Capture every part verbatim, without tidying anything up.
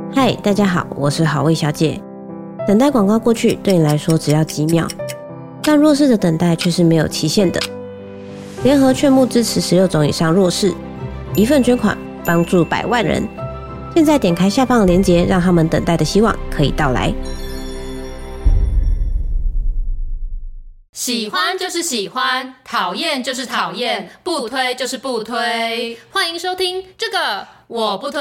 嗨，大家好，我是好味小姐。等待广告过去对你来说只要几秒，但弱势的等待却是没有期限的。联合劝募支持十六种以上弱势，一份捐款帮助百万人。现在点开下方的链接，让他们等待的希望可以到来。 喜欢就是喜欢，讨厌就是讨厌，不推就是不推。欢迎收听这个我不推。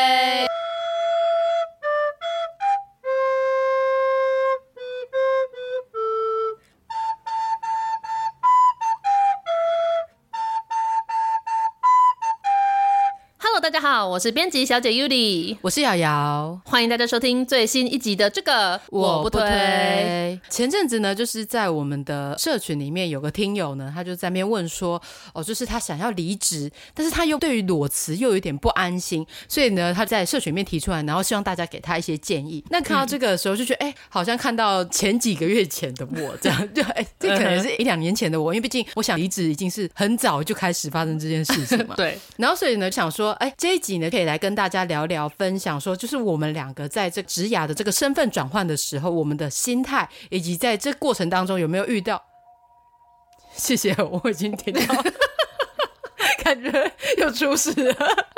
大家好，我是编辑小姐 Yuli， 我是瑶瑶， 欢迎大家收听最新一集的这个我不推。 前阵子呢，就是在我们的社群里面有个听友呢，他就在那边问说，哦，就是他想要离职，但是他又对于裸辞又有一点不安心，所以呢，他在社群里面提出来，然后希望大家给他一些建议。那看到这个的时候，就觉得，哎、嗯欸，好像看到前几个月前的我，这样就，哎、欸，这可能是一两年前的我，因为毕竟我想离职已经是很早就开始发生这件事情嘛。 对， 然后所以呢，想说，哎、欸。这一集呢，可以来跟大家聊聊，分享说，就是我们两个在这职涯的这个身份转换的时候，我们的心态，以及在这过程当中有没有遇到？谢谢，我已经听到，感觉又出事了。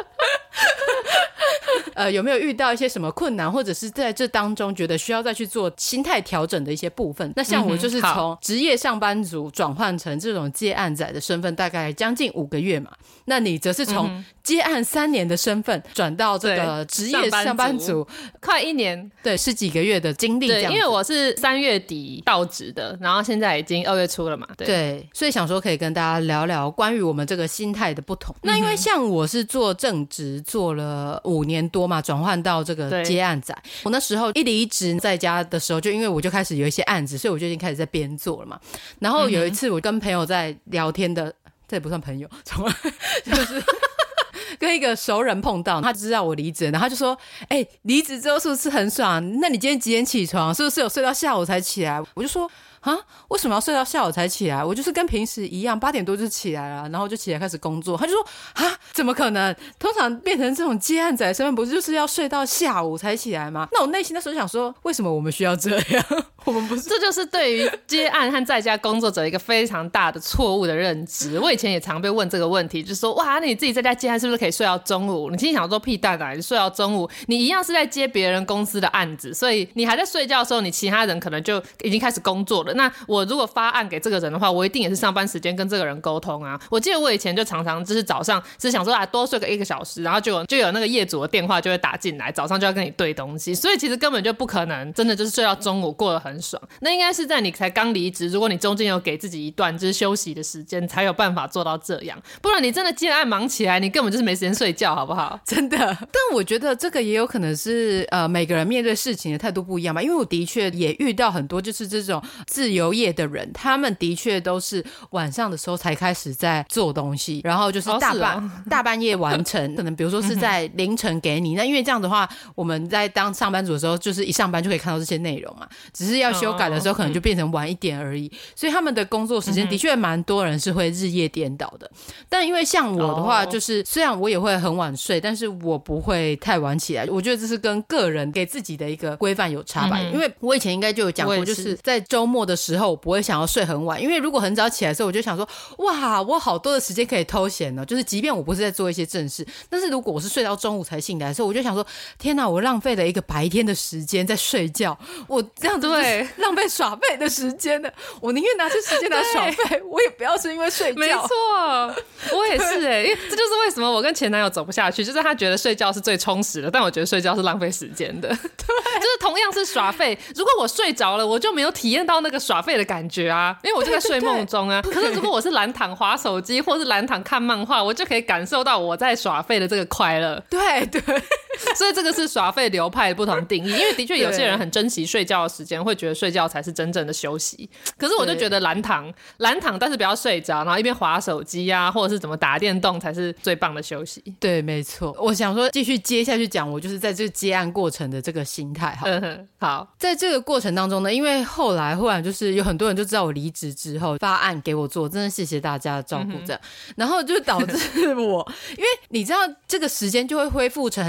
呃，有没有遇到一些什么困难，或者是在这当中觉得需要再去做心态调整的一些部分？那像我就是从职业上班族转换成这种接案仔的身份，大概将近五个月嘛。那你则是从接案三年的身份转到这个职业上班族， 快一年，对， 十几个月的经历。 对，因为我是三月底到职的，然后现在已经二月初了嘛。对， 对，所以想说可以跟大家聊聊关于我们这个心态的不同。那因为像我是做正职做了五年多嘛，转换到这个接案仔，我那时候一离职在家的时候，就因为我就开始有一些案子，所以我就已经开始在编做了嘛。然后有一次我跟朋友在聊天的，这也不算朋友，就是跟一个熟人碰到，他知道我离职，然后他就说，哎、欸，离职之后是不是很爽？那你今天几点起床？是不是有睡到下午才起来？我就说，啊，为什么要睡到下午才起来？我就是跟平时一样，八点多就起来了，然后就起来开始工作。他就说，啊，怎么可能？通常变成这种接案仔的身份，不是就是要睡到下午才起来吗？那我内心那时候想说，为什么我们需要这样？我们不是， 这就是对于接案和在家工作者一个非常大的错误的认知。我以前也常被问这个问题，就是说，哇，那你自己在家接案是不是可以睡到中午？你心里想说屁蛋啊，你睡到中午，你一样是在接别人公司的案子，所以你还在睡觉的时候，你其他人可能就已经开始工作了。那我如果发案给这个人的话，我一定也是上班时间跟这个人沟通啊。我记得我以前就常常就是早上是想说啊多睡个一个小时，然后就有就有那个业主的电话就会打进来，早上就要跟你对东西，所以其实根本就不可能真的就是睡到中午过得很爽。那应该是在你才刚离职，如果你中间有给自己一段就是休息的时间，才有办法做到这样，不然你真的接案忙起来，你根本就是没时间睡觉，好不好？ 真的。但我觉得这个也有可能是呃每个人面对事情的态度不一样吧，因为我的确也遇到很多就是这种自由业的人，他们的确都是晚上的时候才开始在做东西，然后就是大半、哦是哦、大半夜完成，可能比如说是在凌晨给你，那因为这样的话，我们在当上班族的时候，就是一上班就可以看到这些内容嘛，只是要修改的时候可能就变成晚一点而已，嗯、所以他们的工作时间的确蛮多人是会日夜颠倒的。但因为像我的话，就是虽然我也会很晚睡，但是我不会太晚起来。我觉得这是跟个人给自己的一个规范有差吧、嗯。因为我以前应该就有讲过，就是在周末的时候，我不会想要睡很晚，因为如果很早起来的时候，我就想说，哇，我好多的时间可以偷闲哦。就是即便我不是在做一些正事，但是如果我是睡到中午才醒来的时候，我就想说，天哪，我浪费了一个白天的时间在睡觉，我这样子对浪费耍废的时间的，我宁愿拿出时间来耍废，我也不要是因为睡觉。 没错，我也是哎、欸，因为这就是为什么我跟前男友走不下去，就是他觉得睡觉是最充实的，但我觉得睡觉是浪费时间的。对，就是同样是耍废，如果我睡着了，我就没有体验到那个耍废的感觉啊，因为我就在睡梦中啊。可是如果我是蓝躺滑手机，或是蓝躺看漫画，我就可以感受到我在耍废的这个快乐。 对对， 所以这个是耍废流派的不同定义，因为的确有些人很珍惜睡觉的时间，会觉得睡觉才是真正的休息。可是我就觉得蓝躺蓝躺，但是不要睡着，然后一边滑手机啊，或者是怎么打电动才是最棒的休息。 对，没错。我想说继续接下去讲，我就是在这个接案过程的这个心态。好， 嗯，好， 在这个过程当中呢，因为后来忽然就是有很多人就知道我离职之后发案给我做，真的谢谢大家的照顾这样、嗯、然后就导致我因为你知道这个时间就会恢复成很像是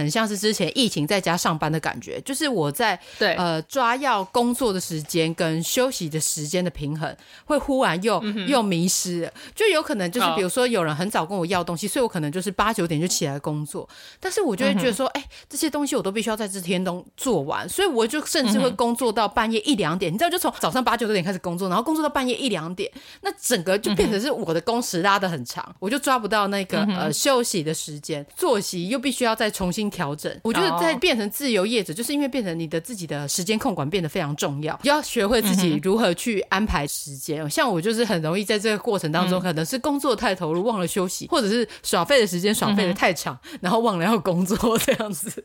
之前疫情在家上班的感觉，就是我在对呃抓要工作的时间跟休息的时间的平衡会忽然又、嗯、又迷失了，就有可能就是比如说有人很早跟我要东西，所以我可能就是八九点就起来工作，但是我就会觉得说哎、嗯，这些东西我都必须要在这天都做完，所以我就甚至会工作到半夜一两点、嗯、你知道就从早上八九点开始工作，然后工作到半夜一两点，那整个就变成是我的工时拉得很长、嗯、我就抓不到那个、嗯、呃休息的时间，作息又必须要再重新调整。我觉得在变成自由业者、哦、就是因为变成你的自己的时间控管变得非常重要，要学会自己如何去安排时间、嗯、像我就是很容易在这个过程当中、嗯、可能是工作太投入忘了休息，或者是耍废的时间耍废的太长、嗯、然后忘了要工作这样子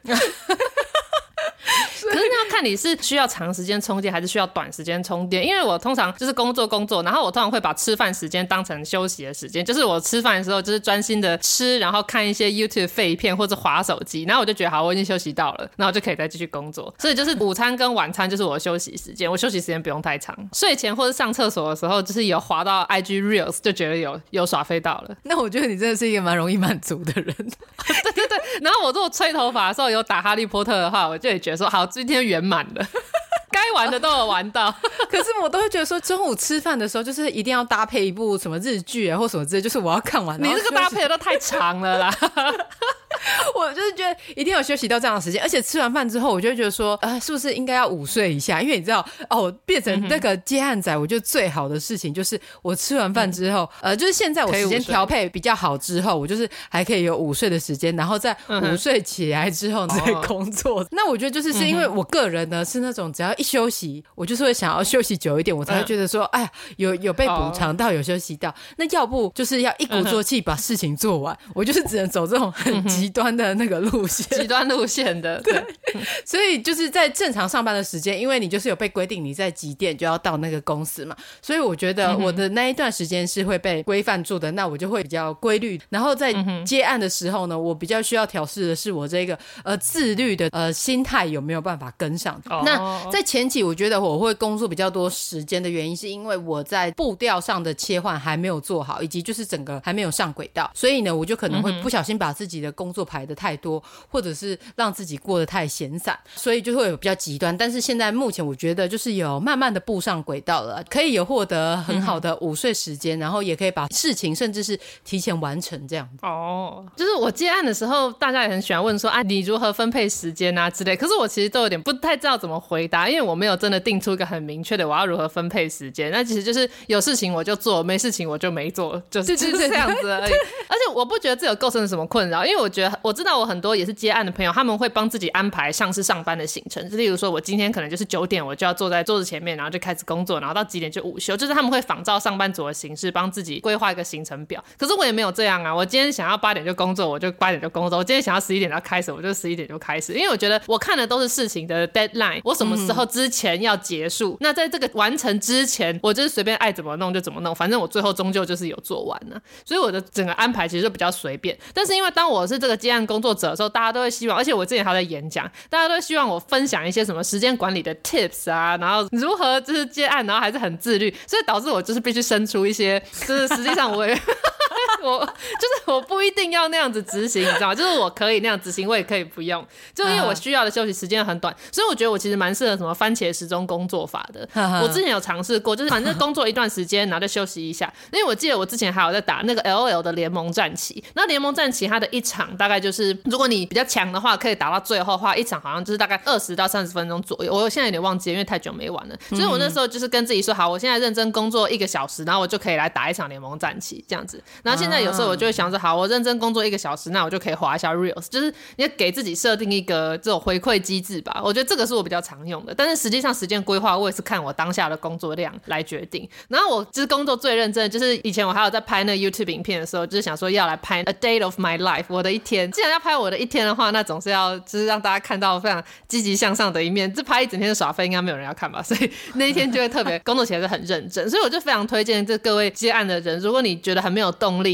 可是那要看你是需要长时间充电还是需要短时间充电，因为我通常就是工作工作，然后我通常会把吃饭时间当成休息的时间，就是我吃饭的时候就是专心的吃，然后看一些 YouTube 废片或者滑手机，然后我就觉得好我已经休息到了，然后就可以再继续工作，所以就是午餐跟晚餐就是我的休息时间，我休息时间不用太长，睡前或者上厕所的时候就是有滑到 I G Reels 就觉得有有耍废到了。 那我觉得你真的是一个蛮容易满足的人对对对，然后我如果吹头发的时候有打哈利波特的话，我就也觉得说好今天圆满了该玩的都有玩到可是我都会觉得说中午吃饭的时候就是一定要搭配一部什么日剧啊或什么之类，就是我要看完。 你这个搭配的都太长了啦我就是觉得一定要休息到这样的时间，而且吃完饭之后我就会觉得说呃，是不是应该要午睡一下，因为你知道哦，变成那个接案仔，我觉得最好的事情就是我吃完饭之后、嗯、呃，就是现在我时间调配比较好之后，我就是还可以有午睡的时间，然后在午睡起来之后再工作、哦、那我觉得就是是因为我个人呢是那种只要一休息我就是会想要休息久一点，我才会觉得说哎呀有有被补偿到有休息到，那要不就是要一鼓作气把事情做完，我就是只能走这种很极端的那个路线极端路线的对所以就是在正常上班的时间，因为你就是有被规定你在几点就要到那个公司嘛，所以我觉得我的那一段时间是会被规范住的，那我就会比较规律，然后在接案的时候呢我比较需要调试的是我这个呃自律的呃心态有没有办法跟上、哦、那在前期我觉得我会工作比较多时间的原因是因为我在步调上的切换还没有做好，以及就是整个还没有上轨道，所以呢我就可能会不小心把自己的工作排得太多，或者是让自己过得太闲散，所以就会有比较极端，但是现在目前我觉得就是有慢慢的步上轨道了，可以有获得很好的午睡时间、嗯、然后也可以把事情甚至是提前完成这样。 哦，就是我接案的时候大家也很喜欢问说啊你如何分配时间啊之类，可是我其实都有点不太知道怎么回答，因为我没有真的定出一个很明确的我要如何分配时间，那其实就是有事情我就做，没事情我就没做，就是就是这样子而已而且我不觉得这有构成什么困扰，因为我觉得我知道我很多也是接案的朋友，他们会帮自己安排像是上班的行程，例如说我今天可能就是九点我就要坐在桌子前面，然后就开始工作，然后到几点就午休，就是他们会仿照上班族的形式帮自己规划一个行程表，可是我也没有这样啊，我今天想要八点就工作我就八点就工作，我今天想要十一点要开始我就十一点就开始，因为我觉得我看的都是事情的 deadline， 我什么时候之前要结束、嗯、那在这个完成之前我就是随便爱怎么弄就怎么弄，反正我最后终究就是有做完啊，所以我的整个安排其实就比较随便，但是因为当我是这个接案工作者的时候，大家都会希望，而且我之前还在演讲，大家都会希望我分享一些什么时间管理的 tips 啊，然后如何就是接案然后还是很自律，所以导致我就是必须生出一些就是实际上我也我就是我不一定要那样子执行，你知道吗？就是我可以那样执行我也可以不用，就因为我需要的休息时间很短，所以我觉得我其实蛮适合什么番茄时钟工作法的我之前有尝试过，就是反正工作一段时间然后就休息一下，因为我记得我之前还有在打那个 L O L 的联盟战棋，那联盟战棋它的一场大概就是如果你比较强的话可以打到最后的话，一场好像就是大概二十到三十分钟左右，我现在有点忘记因为太久没玩了，所以我那时候就是跟自己说好我现在认真工作一个小时，然后我就可以来打一场联盟战棋这样子，然后现在有时候我就会想说好我认真工作一个小时，那我就可以滑一下 Reels， 就是你要给自己设定一个这种回馈机制吧，我觉得这个是我比较常用的，但是实际上时间规划我也是看我当下的工作量来决定，然后我就是工作最认真的就是以前我还有在拍那个 YouTube 影片的时候，就是想说要来拍 A Day of My Life 我的一天，既然要拍我的一天的话，那总是要就是让大家看到非常积极向上的一面，这拍一整天的耍废应该没有人要看吧，所以那一天就会特别工作起来是很认真，所以我就非常推荐这各位接案的人，如果你觉得很没有动力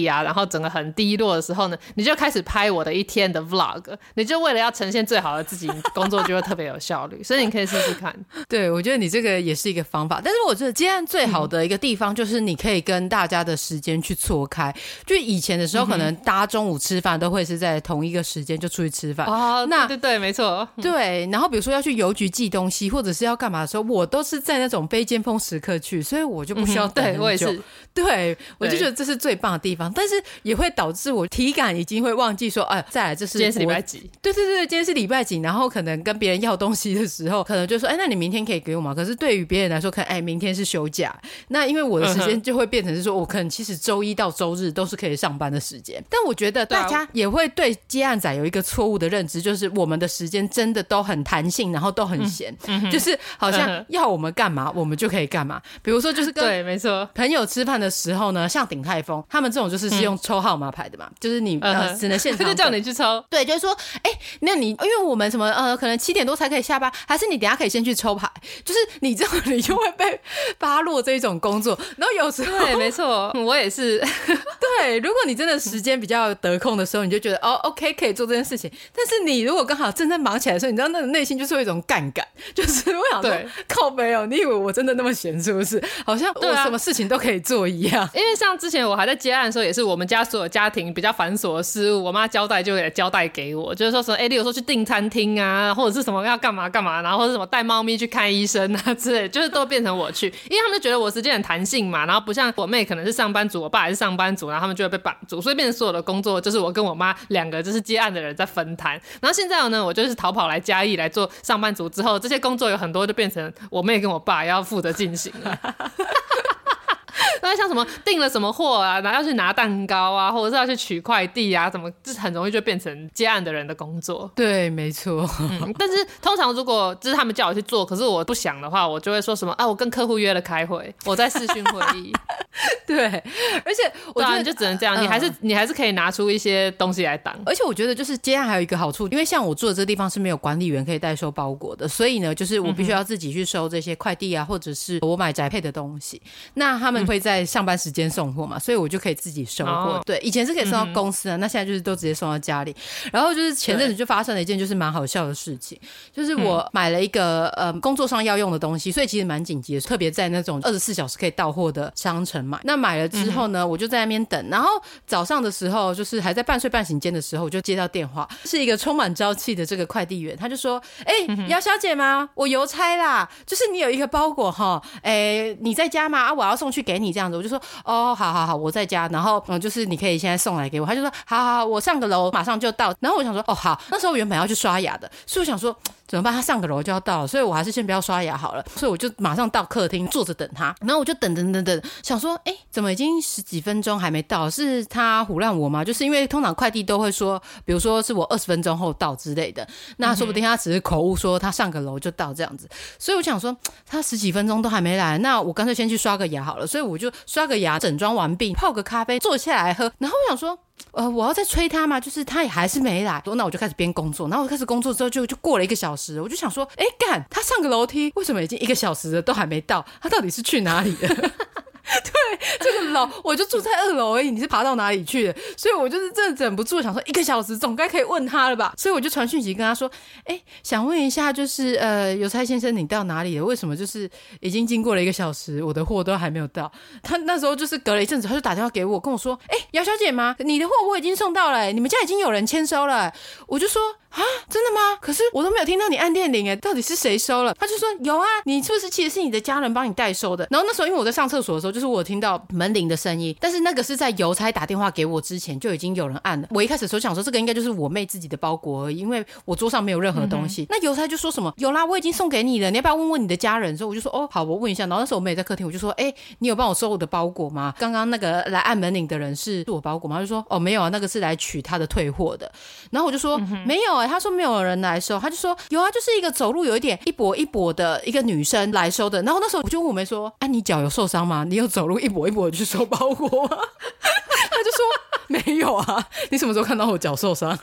力啊，然后整个很低落的时候呢，你就开始拍我的一天的 vlog， 你就为了要呈现最好的自己，你工作就会特别有效率。所以你可以试试看。 对，我觉得你这个也是一个方法，但是我觉得接案最好的一个地方就是你可以跟大家的时间去错开。就以前的时候，可能大家中午吃饭都会是在同一个时间就出去吃饭。 哦，那对对对，没错。 对，然后比如说要去邮局寄东西，或者是要干嘛的时候，我都是在那种非尖峰时刻去，所以我就不需要等很久。 嗯、对，我也是。 对，我就觉得这是最棒的地方，但是也会导致我体感已经会忘记说，哎，再来这是今天是礼拜几？ 对对对，今天是礼拜几？然后可能跟别人要东西的时候，可能就说，哎，那你明天可以给我吗？可是对于别人来说，可能哎，明天是休假，那因为我的时间就会变成是说，我可能其实周一到周日都是可以上班的时间。但我觉得大家也会对接案仔有一个错误的认知，就是我们的时间真的都很弹性，然后都很闲，嗯、就是好像要我们干嘛，我们就可以干嘛。比如说，就是跟对，没错， 朋友吃饭的时候呢，像鼎泰丰他们这种就是是用抽号码牌的嘛，嗯、就是你、呃、只能现场， 就叫你去抽。 对，就是说，哎，那你因为我们什么呃，可能七点多才可以下班，还是你等一下可以先去抽牌，就是你这样你就会被发落这一种工作。然后有时候对，没错，我也是。 对，如果你真的时间比较得空的时候，你就觉得哦 ，OK 可以做这件事情。但是你如果刚好正在忙起来的时候，你知道那个内心就是有一种干感，就是我想说，靠北哦，你以为我真的那么闲是不是？好像我什么事情都可以做一样。 因为像之前我还在接案的时候，也是我们家所有家庭比较繁琐的事务，我妈交代就也交代给我，就是说什么，哎，例如说去订餐厅啊，或者是什么要干嘛干嘛，然后或者什么带猫咪去看医生啊之类的，就是都变成我去，因为他们就觉得我时间很弹性嘛，然后不像我妹可能是上班族，我爸也是上班族，然后他们就会被绑住，所以变成所有的工作就是我跟我妈两个就是接案的人在分摊。然后现在呢，我就是逃跑来嘉义来做上班族之后，这些工作有很多就变成我妹跟我爸要负责进行了。那像什么订了什么货啊，然后要去拿蛋糕啊，或者是要去取快递啊，怎么就是很容易就变成接案的人的工作。 对，没错。 嗯，但是通常如果就是他们叫我去做，可是我不想的话，我就会说什么啊，我跟客户约了开会，我在视讯会议。 对，而且我觉得、 啊、你就只能这样，你还是、嗯、你还是可以拿出一些东西来挡。 而且我觉得就是接案还有一个好处，因为像我住的这个地方是没有管理员可以代收包裹的，所以呢，就是我必须要自己去收这些快递啊，或者是我买宅配的东西。那他们会在上班时间送货嘛，所以我就可以自己收货。哦、对，以前是可以送到公司啊、嗯，那现在就是都直接送到家里。然后就是前阵子就发生了一件就是蛮好笑的事情，就是我买了一个、嗯、呃工作上要用的东西，所以其实蛮紧急的，特别在那种二十四小时可以到货的商城买。那买了之后呢，嗯、我就在那边等。然后早上的时候，就是还在半睡半醒间的时候，我就接到电话，是一个充满朝气的这个快递员，他就说：“哎、欸，姚、嗯、小姐吗？我邮差啦，就是你有一个包裹哈，哎、欸，你在家吗？啊，我要送去给你这样子。”我就说：“哦，好好好，我在家。”然后嗯，就是你可以现在送来给我。他就说：“好好好，我上个楼马上就到。”然后我想说：“哦，好。”那时候我原本要去刷牙的，所以我想说怎么办？他上个楼就要到了，所以我还是先不要刷牙好了。所以我就马上到客厅坐着等他。然后我就等等等等，想说：“哎，怎么已经十几分钟还没到？是他唬烂我吗？”就是因为通常快递都会说，比如说是我二十分钟后到之类的，那说不定他只是口误说他上个楼就到这样子。所以我想说，他十几分钟都还没来，那我干脆先去刷个牙好了。所以我就刷个牙，整装完毕，泡个咖啡，坐下来喝。然后我想说，呃，我要再催他嘛，就是他也还是没来。那我就开始边工作，然后我开始工作之后就就过了一个小时，我就想说，哎干，他上个楼梯为什么已经一个小时了都还没到？他到底是去哪里了？对，这个楼我就住在二楼而已，你是爬到哪里去的？所以我就是真的忍不住想说，一个小时总该可以问他了吧？所以我就传讯息跟他说，哎，想问一下，就是呃，邮差先生你到哪里了？为什么就是已经经过了一个小时，我的货都还没有到？他那时候就是隔了一阵子，他就打电话给我，跟我说，哎，姚小姐吗？你的货我已经送到了，你们家已经有人签收了。我就说，啊，真的吗？可是我都没有听到你按电铃哎，到底是谁收了？他就说有啊，你是不是其实是你的家人帮你代收的？然后那时候因为我在上厕所的时候，就是我有听到门铃的声音，但是那个是在邮差打电话给我之前就已经有人按了。我一开始的时候想说这个应该就是我妹自己的包裹而已，因为我桌上没有任何东西。嗯、那邮差就说什么有啦，我已经送给你了，你要不要问问你的家人？所以我就说哦好，我问一下。然后那时候我妹在客厅，我就说哎，你有帮我收我的包裹吗？刚刚那个来按门铃的人是我包裹吗？他就说哦没有啊，那个是来取他的退货的。然后我就说、嗯、没有哎、欸，他说没有人来收。他就说有啊，就是一个走路有一点一跛一跛的一个女生来收的。然后那时候我就问我妹说哎、啊，你脚有受伤吗？你有走路一跛一跛的去收包裹吗？他就说没有啊，你什么时候看到我脚受伤？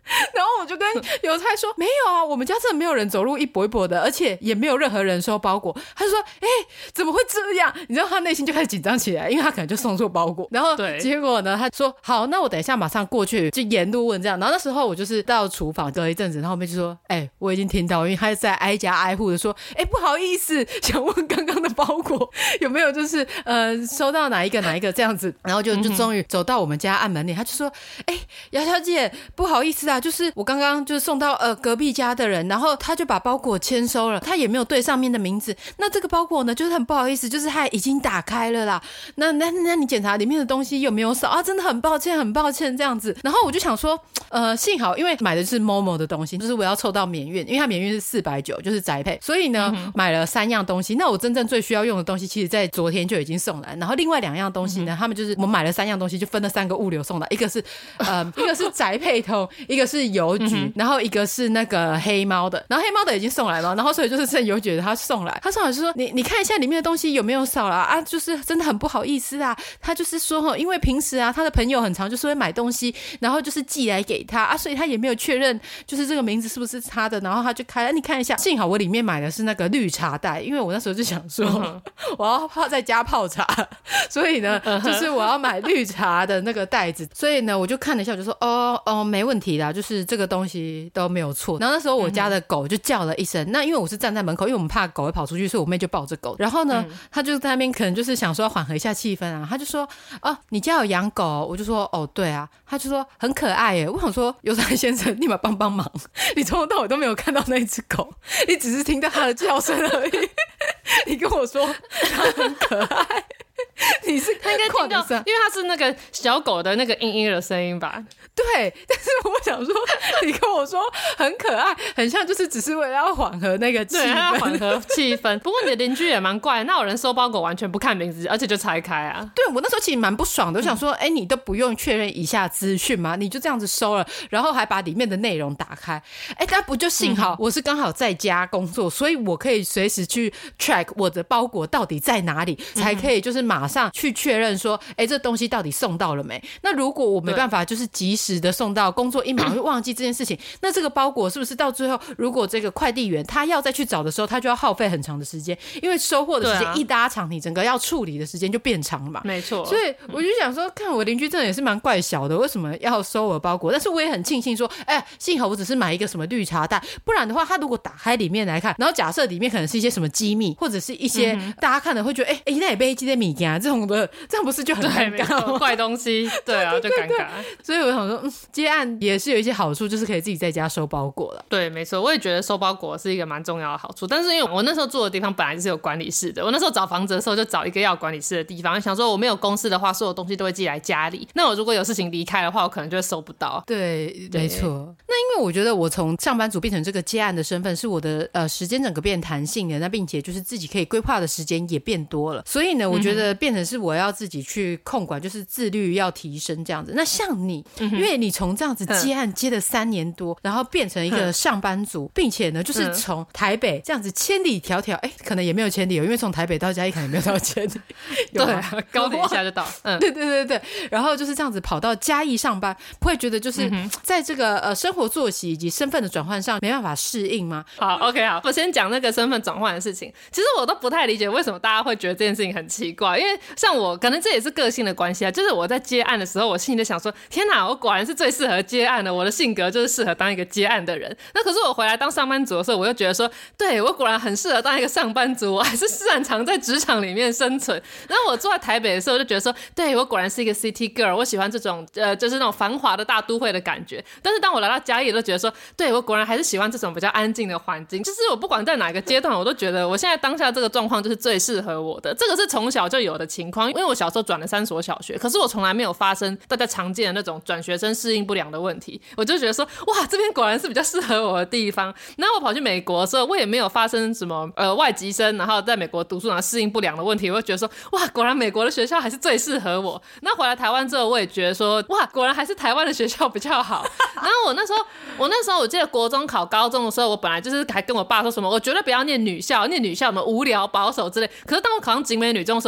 然后我就跟邮差说没有啊，我们家真的没有人走路一跛一跛的，而且也没有任何人收包裹。他就说哎、欸，怎么会这样？你知道他内心就开始紧张起来，因为他可能就送错包裹。然后结果呢，他说好，那我等一下马上过去，就沿路问这样。然后那时候我就是到厨房隔一阵子，然后后面就说哎、欸，我已经听到，因为他在挨家挨户的说哎、欸，不好意思，想问刚刚的包裹有没有就是呃收到哪一个哪一个这样子。然后就就终于走到我们家按门铃，他就说哎，姚小姐不好意思啊，就是我刚刚就是送到呃隔壁家的人，然后他就把包裹签收了，他也没有对上面的名字。那这个包裹呢，就是很不好意思，就是他已经打开了啦。那那那你检查里面的东西有没有少啊？真的很抱歉，很抱歉这样子。然后我就想说，呃，幸好因为买的是 Momo 的东西，就是我要凑到免运，因为它免运是四百九十，就是宅配，所以呢、嗯、买了三样东西。那我真正最需要用的东西，其实在昨天就已经送来。然后另外两样东西呢，嗯、他们就是我买了三样东西，就分了三个物流送来，一个是呃一个是宅配通，一个是邮局、嗯，然后一个是那个黑猫的。然后黑猫的已经送来了，然后所以就是剩邮局的他送来，他送来就说你你看一下里面的东西有没有少了 啊, 啊，就是真的很不好意思啊。他就是说因为平时啊他的朋友很常就是会买东西，然后就是寄来给他啊，所以他也没有确认就是这个名字是不是他的，然后他就开、啊、你看一下。幸好我里面买的是那个绿茶袋，因为我那时候就想说、嗯、我要泡在家泡茶，所以呢就是我要买绿茶的那个袋子，所以呢我就看了一下，我就说哦哦没问题啦，就是这个东西都没有错。然后那时候我家的狗就叫了一声、嗯、那因为我是站在门口，因为我们怕狗会跑出去，所以我妹就抱着狗。然后呢、嗯、他就在那边可能就是想说缓和一下气氛啊，他就说哦你家有养狗？我就说哦对啊。他就说很可爱耶。我想说邮差先生立马帮帮忙，你从头到尾都没有看到那只狗，你只是听到它的叫声而已你跟我说它很可爱你是他应该听到，因为他是那个小狗的那个嘤嘤的声音吧？ 对，但是我想说，你跟我说很可爱，很像就是只是为了要缓和那个气氛， 对，要缓和气氛。不过你的邻居也蛮怪，那有人收包裹完全不看名字，而且就拆开啊？ 对，我那时候其实蛮不爽的，我想说，哎、欸，你都不用确认一下资讯吗？你就这样子收了，然后还把里面的内容打开，哎、欸，那不就幸好我是刚好在家工作，所以我可以随时去 track 我的包裹到底在哪里，才可以就是马上去确认说哎，这东西到底送到了没。那如果我没办法就是及时的送到，工作一忙会忘记这件事情那这个包裹是不是到最后如果这个快递员他要再去找的时候，他就要耗费很长的时间，因为收货的时间一拉长、啊、你整个要处理的时间就变长了嘛。 没错， 所以我就想说看我邻居真的也是蛮怪小的，为什么要收我的包裹。但是我也很庆幸说哎，幸好我只是买一个什么绿茶袋，不然的话他如果打开里面来看，然后假设里面可能是一些什么机密或者是一些、嗯、大家看了会觉得哎哎，那也被这些米干这种的，这样不是就很尴尬， 怪东西对啊，就尴尬。 所以我想说、嗯、接案也是有一些好处，就是可以自己在家收包裹了。 对，没错，我也觉得收包裹是一个蛮重要的好处。但是因为我那时候住的地方本来就是有管理室的，我那时候找房子的时候就找一个要管理室的地方，想说我没有公司的话所有东西都会寄来家里，那我如果有事情离开的话我可能就会收不到。 对, 对没错。那因为我觉得我从上班族变成这个接案的身份，是我的呃时间整个变弹性的，那并且就是自己可以规划的时间也变多了，所以呢我觉得变成是我要自己去控管，就是自律要提升这样子。那像你、嗯、因为你从这样子接案接了三年多、嗯、然后变成一个上班族、嗯、并且呢就是从台北这样子千里迢迢哎，可能也没有千里，因为从台北到嘉义可能也没有到千里对啊，高铁一下就到嗯， 对对对对，然后就是这样子跑到嘉义上班，不会觉得就是在这个呃生活作息以及身份的转换上没办法适应吗？ 好 OK 好，我先讲那个身份转换的事情。其实我都不太理解为什么大家会觉得这件事情很奇怪，因为像我可能这也是个性的关系啊，就是我在接案的时候我心里就想说天哪，我果然是最适合接案的，我的性格就是适合当一个接案的人。那可是我回来当上班族的时候，我又觉得说对，我果然很适合当一个上班族，我还是擅长在职场里面生存。然后我住在台北的时候就觉得说对，我果然是一个 city girl， 我喜欢这种呃，就是那种繁华的大都会的感觉。但是当我来到嘉义，都觉得说对，我果然还是喜欢这种比较安静的环境。就是我不管在哪个阶段，我都觉得我现在当下这个状况就是最适合我的。这个是从小就有的情况，因为我小时候转了三所小学，可是我从来没有发生大家常见的那种转学生适应不良的问题。我就觉得说哇，这边果然是比较适合我的地方。然后我跑去美国的时候，我也没有发生什么呃外籍生然后在美国读书然后适应不良的问题。我就觉得说哇，果然美国的学校还是最适合我。那回来台湾之后，我也觉得说哇，果然还是台湾的学校比较好。然后我那时候我那时候我记得国中考高中的时候，我本来就是还跟我爸说什么我绝对不要念女校，念女校什么无聊保守之类。可是当我考上景美女中的时候，我就觉得说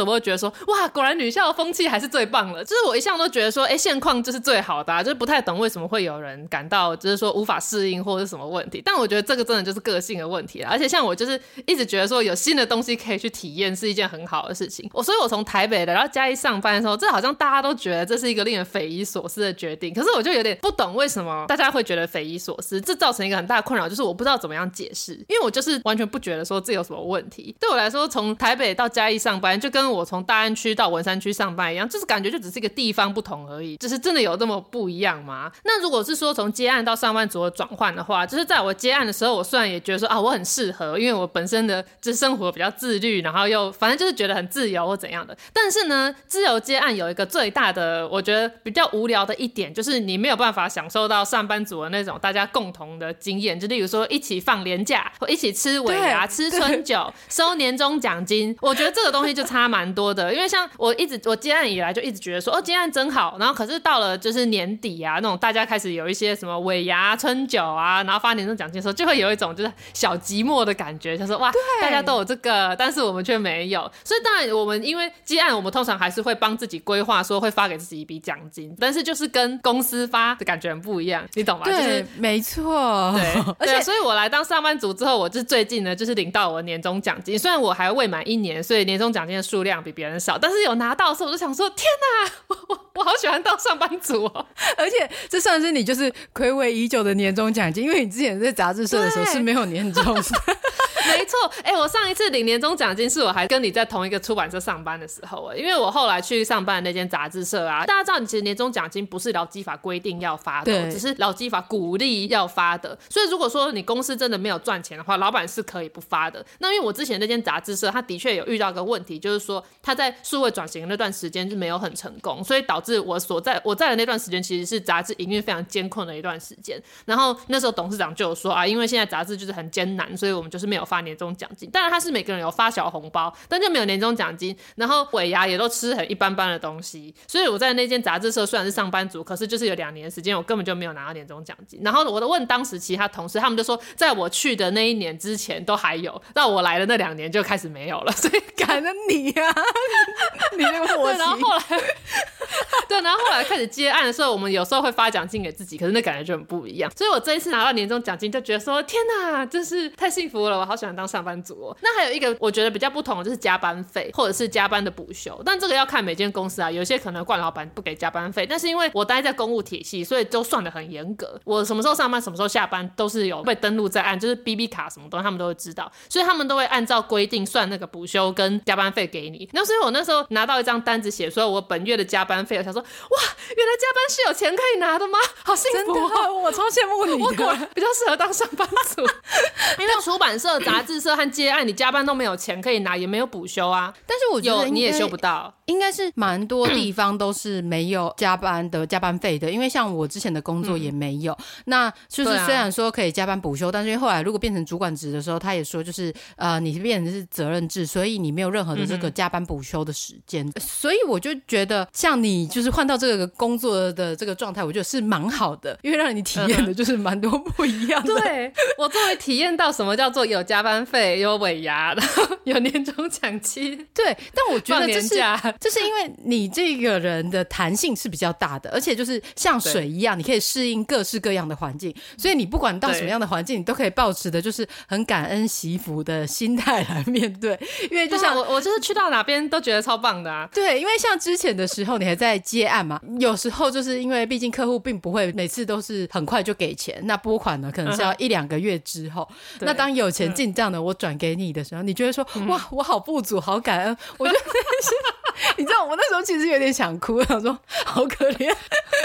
说哇果然女校的风气还是最棒了，就是我一向都觉得说哎现况就是最好的啊，就是不太懂为什么会有人感到就是说无法适应或者是什么问题，但我觉得这个真的就是个性的问题啦，而且像我就是一直觉得说有新的东西可以去体验是一件很好的事情，我所以我从台北的然后嘉义上班的时候，这好像大家都觉得这是一个令人匪夷所思的决定，可是我就有点不懂为什么大家会觉得匪夷所思，这造成一个很大的困扰，就是我不知道怎么样解释，因为我就是完全不觉得说这有什么问题，对我来说从台北到嘉义上班就跟我从大安区到文山区上班一样，就是感觉就只是一个地方不同而已，就是真的有这么不一样吗？那如果是说从接案到上班族的转换的话，就是在我接案的时候，我虽然也觉得说啊我很适合，因为我本身的就是生活比较自律，然后又反正就是觉得很自由或怎样的，但是呢自由接案有一个最大的我觉得比较无聊的一点，就是你没有办法享受到上班族的那种大家共同的经验，就例如说一起放连假或一起吃尾牙吃春酒收年终奖金，我觉得这个东西就差蛮多的，因为像我一直我接案以来就一直觉得说哦接案真好，然后可是到了就是年底啊那种大家开始有一些什么尾牙春酒啊然后发年终奖金的时候，就会有一种就是小寂寞的感觉，就说哇大家都有这个但是我们却没有，所以当然我们因为接案我们通常还是会帮自己规划说会发给自己一笔奖金，但是就是跟公司发的感觉很不一样，你懂吗？ 对、 就是、 没错， 对而且对，所以我来当上班族之后，我就最近呢就是领到我的年终奖金，虽然我还未满一年，所以年终奖金的数量比别人少，但是有拿到的时候我就想说天哪我我我好喜欢当上班族哦， 而且这算是你就是睽违已久的年终奖金，因为你之前在杂志社的时候是没有年终的没错，哎、欸，我上一次领年终奖金是我还跟你在同一个出版社上班的时候，因为我后来去上班的那间杂志社啊，大家知道，其实年终奖金不是劳基法规定要发的，只是劳基法鼓励要发的。所以如果说你公司真的没有赚钱的话，老板是可以不发的。那因为我之前那间杂志社，他的确有遇到一个问题，就是说他在数位转型的那段时间就没有很成功，所以导致我所在我在的那段时间其实是杂志营运非常艰困的一段时间。然后那时候董事长就有说啊，因为现在杂志就是很艰难，所以我们就是没有发年终奖金。当然他是每个人有发小红包，但就没有年终奖金，然后尾牙也都吃很一般般的东西，所以我在那间杂志社虽然是上班族，可是就是有两年的时间我根本就没有拿到年终奖金。然后我的问当时其他同事，他们就说在我去的那一年之前都还有，到我来的那两年就开始没有了，所以感恩你啊你那个对，然后后来对，然后后来开始接案的时候，我们有时候会发奖金给自己，可是那感觉就很不一样。所以我这一次拿到年终奖金就觉得说天哪真是太幸福了，我好喜欢当上班族哦。那还有一个我觉得比较不同的就是加班费或者是加班的补休，但这个要看每间公司啊，有些可能惯老板不给加班费，但是因为我待在公务体系，所以都算得很严格，我什么时候上班什么时候下班都是有被登录在案，就是 B B 卡什么东西他们都会知道，所以他们都会按照规定算那个补休跟加班费给你。那所以我那时候拿到一张单子写说我本月的加班费，我想说哇原来加班是有钱可以拿的吗？好幸福哦， 真的我超羡慕你的， 我果然比较适合当上班族因为出版社杂志社和接案你加班都没有钱可以拿，也没有补休啊， 但是我觉得有你也休不到， 应该是蛮多地方都是没有加班的加班费的，因为像我之前的工作也没有、嗯、那就是虽然说可以加班补休、啊、但是后来如果变成主管职的时候，他也说就是呃你变成是责任制，所以你没有任何的这个加班补休的时间、嗯、所以我就觉得像你就是换到这个工作的这个状态，我觉得是蛮好的，因为让你体验的就是蛮多不一样的、 嗯、对，我终于体验到什么叫做有加班费有尾牙然后有年终奖金， 对，但我觉得这是这是因为你这个人的弹性是比较大的，而且就是像水一样你可以适应各式各样的环境，所以你不管到什么样的环境你都可以抱持的就是很感恩惜福的心态来面对，因为就像、 啊、我我就是去到哪边都觉得超棒的啊， 对，因为像之前的时候你还在接案嘛，有时候就是因为毕竟客户并不会每次都是很快就给钱，那拨款呢可能是要一两个月之后、嗯、那当有钱进账的我转给你的时候，你就会说、嗯、哇我好不足好感恩，我觉得你知道我那时候其实有点想哭，我想说好可怜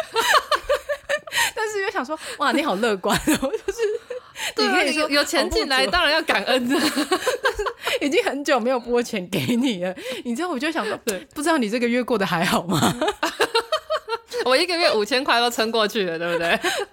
但是又想说哇你好乐观哦，就是对、啊、你可以说有有钱进来当然要感恩的已经很久没有拨钱给你了，你知道我就想说不知道你这个月过得还好吗我一个月五千块都撑过去了，对不对？ 对，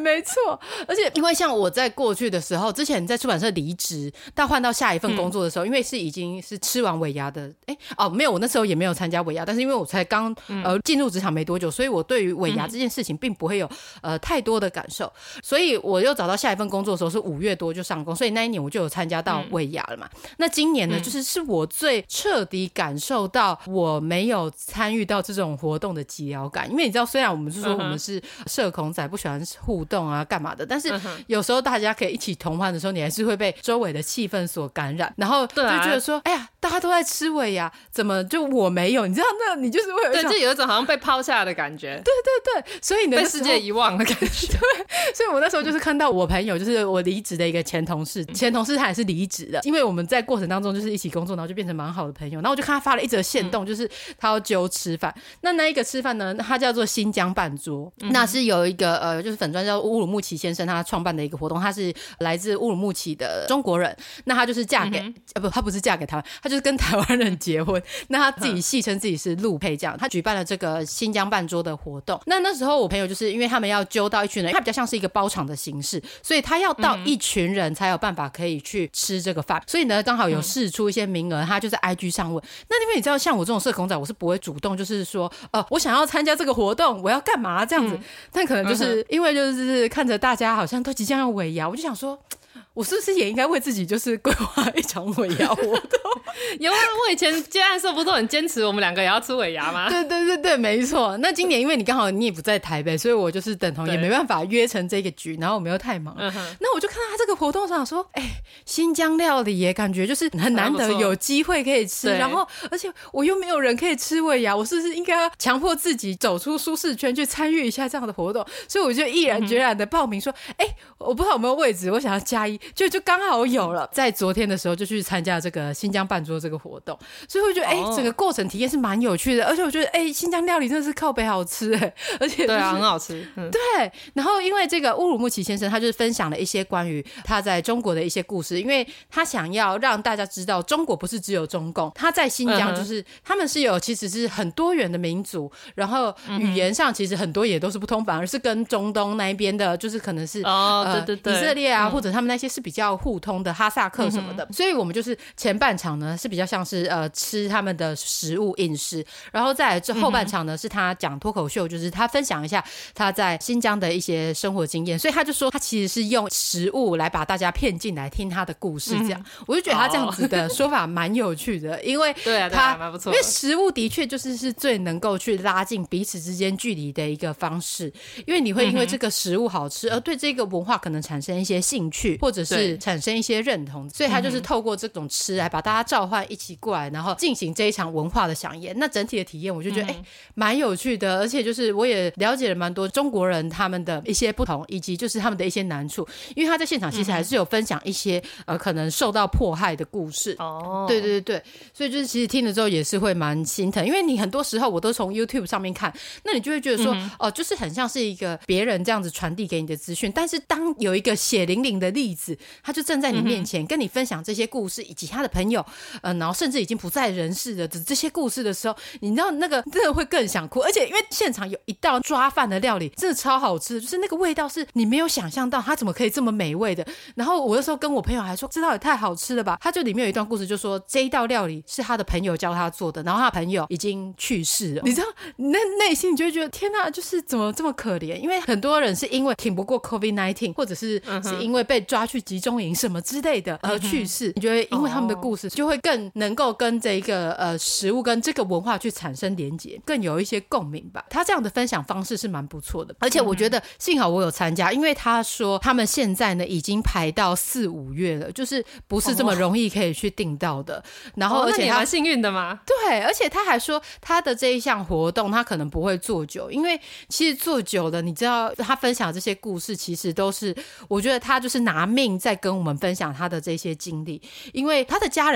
没错。而且因为像我在过去的时候，之前在出版社离职到换到下一份工作的时候、嗯、因为是已经是吃完尾牙的，哎哦没有，我那时候也没有参加尾牙，但是因为我才刚、嗯、呃进入职场没多久，所以我对于尾牙这件事情并不会有、嗯、呃太多的感受，所以我又找到下一份工作的时候是五月多就上工，所以那一年我就有参加到尾牙了嘛、嗯、那今年呢、嗯、就是是我最彻底感受到我没有参与到这种活动的寂寥感，因为你知道虽然我们是说我们是社恐仔不喜欢互动啊干嘛的，但是有时候大家可以一起同欢的时候，你还是会被周围的气氛所感染，然后就觉得说、啊、哎呀大家都在吃尾牙怎么就我没有，你知道那你就是会有一种对，就有一种好像被抛下的感觉， 对对对，所以呢被世界遗忘的感觉对，所以我那时候就是看到我朋友就是我离职的一个前同事，前同事他也是离职的，因为我们在过程当中就是一起工作，然后就变成蛮好的朋友，然后我就看他发了一则限动、嗯、就是他要揪吃饭，那那一个吃饭呢他叫做新疆半桌、嗯、那是有一个呃就是粉专叫乌鲁木齐先生他创办的一个活动，他是来自乌鲁木齐的中国人，那他就是嫁给、嗯呃、不他不是嫁给台湾，他就是跟台湾人结婚，那他自己戏称自己是陆配，这样他举办了这个新疆半桌的活动，那那时候我朋友就是因为他们要揪到一群人，他比较像是一个包场的形式，所以他要到一群人才有办法可以去吃这个饭、嗯、所以呢刚好有释出一些名额，他就在 I G 上问，那因为你知道像我这种社恐仔我是不会主动就是说呃我想要参加这个活动我要干嘛这样子、嗯、但可能就是因为就是看着大家好像都即将要尾牙，我就想说我是不是也应该为自己就是规划一场尾牙活动有啊，我以前接案的时候不是都很坚持我们两个也要吃尾牙吗？ 对对对对，没错。那今年因为你刚好你也不在台北，所以我就是等同也没办法约成这个局，然后我们又太忙、嗯、那我就看到他这个活动上说哎、欸，新疆料理也感觉就是很难得有机会可以吃，然后而且我又没有人可以吃尾牙，我是不是应该要强迫自己走出舒适圈去参与一下这样的活动，所以我就毅然决然的报名说哎、欸，我不知道有没有位置，我想要加一，就就刚好有了，在昨天的时候就去参加这个新疆半桌这个活动，所以我觉得哎、欸，整个过程体验是蛮有趣的，而且我觉得哎、欸，新疆料理真的是靠北好吃哎、欸，而且、就是、 对啊，很好吃、嗯、 对。然后因为这个乌鲁木齐先生他就是分享了一些关于他在中国的一些故事，因为他想要让大家知道中国不是只有中共，他在新疆就是、嗯、他们是有其实是很多元的民族，然后语言上其实很多也都是不通，反而是跟中东那一边的就是可能是、 哦呃、对对对， 以色列啊、嗯、或者他们那些是比较互通的哈萨克什么的、嗯、所以我们就是前半场呢是比较像是呃吃他们的食物饮食，然后再来这后半场呢、嗯、是他讲脱口秀，就是他分享一下他在新疆的一些生活经验，所以他就说他其实是用食物来把大家骗进来听他的故事这样、嗯、我就觉得他这样子的说法蛮有趣的、哦、因为对啊对啊蛮不错的， 因为食物的确就是是最能够去拉近彼此之间距离的一个方式，因为你会因为这个食物好吃而对这个文化可能产生一些兴趣，或者是产生一些认同，所以他就是透过这种吃来把大家召唤一起过来，然后进行这一场文化的飨宴。那整体的体验我就觉得哎，蛮、嗯欸、有趣的，而且就是我也了解了蛮多中国人他们的一些不同，以及就是他们的一些难处，因为他在现场其实还是有分享一些、嗯、呃可能受到迫害的故事哦，对对对对，所以就是其实听了之后也是会蛮心疼，因为你很多时候我都从 YouTube 上面看，那你就会觉得说、嗯、哦，就是很像是一个别人这样子传递给你的资讯，但是当有一个血淋淋的例子他就站在你面前、嗯、跟你分享这些故事以及他的朋友呃，然后甚至已经不在人世的这些故事的时候，你知道那个真的会更想哭，而且因为现场有一道抓饭的料理真的超好吃，就是那个味道是你没有想象到它怎么可以这么美味的，然后我那时候跟我朋友还说这道也太好吃了吧，他就里面有一段故事就说这一道料理是他的朋友教他做的，然后他的朋友已经去世了，你知道那内心你就会觉得天哪，就是怎么这么可怜，因为很多人是因为挺不过 COVID 十九 或者是是因为被抓去集中营什么之类的而去世、嗯、你觉得因为他们的故事就会更能够跟这个呃食物跟这个文化去产生连结，更有一些共鸣吧，他这样的分享方式是蛮不错的，而且我觉得幸好我有参加，因为他说他们现在呢已经排到四五月了，就是不是这么容易可以去订到的、哦、然后而且他、哦、那你蛮幸运的嘛， 对，而且他还说他的这一项活动他可能不会做久，因为其实做久了你知道他分享这些故事其实都是我觉得他就是拿命在跟我们分享他的这些经历，因为他的家人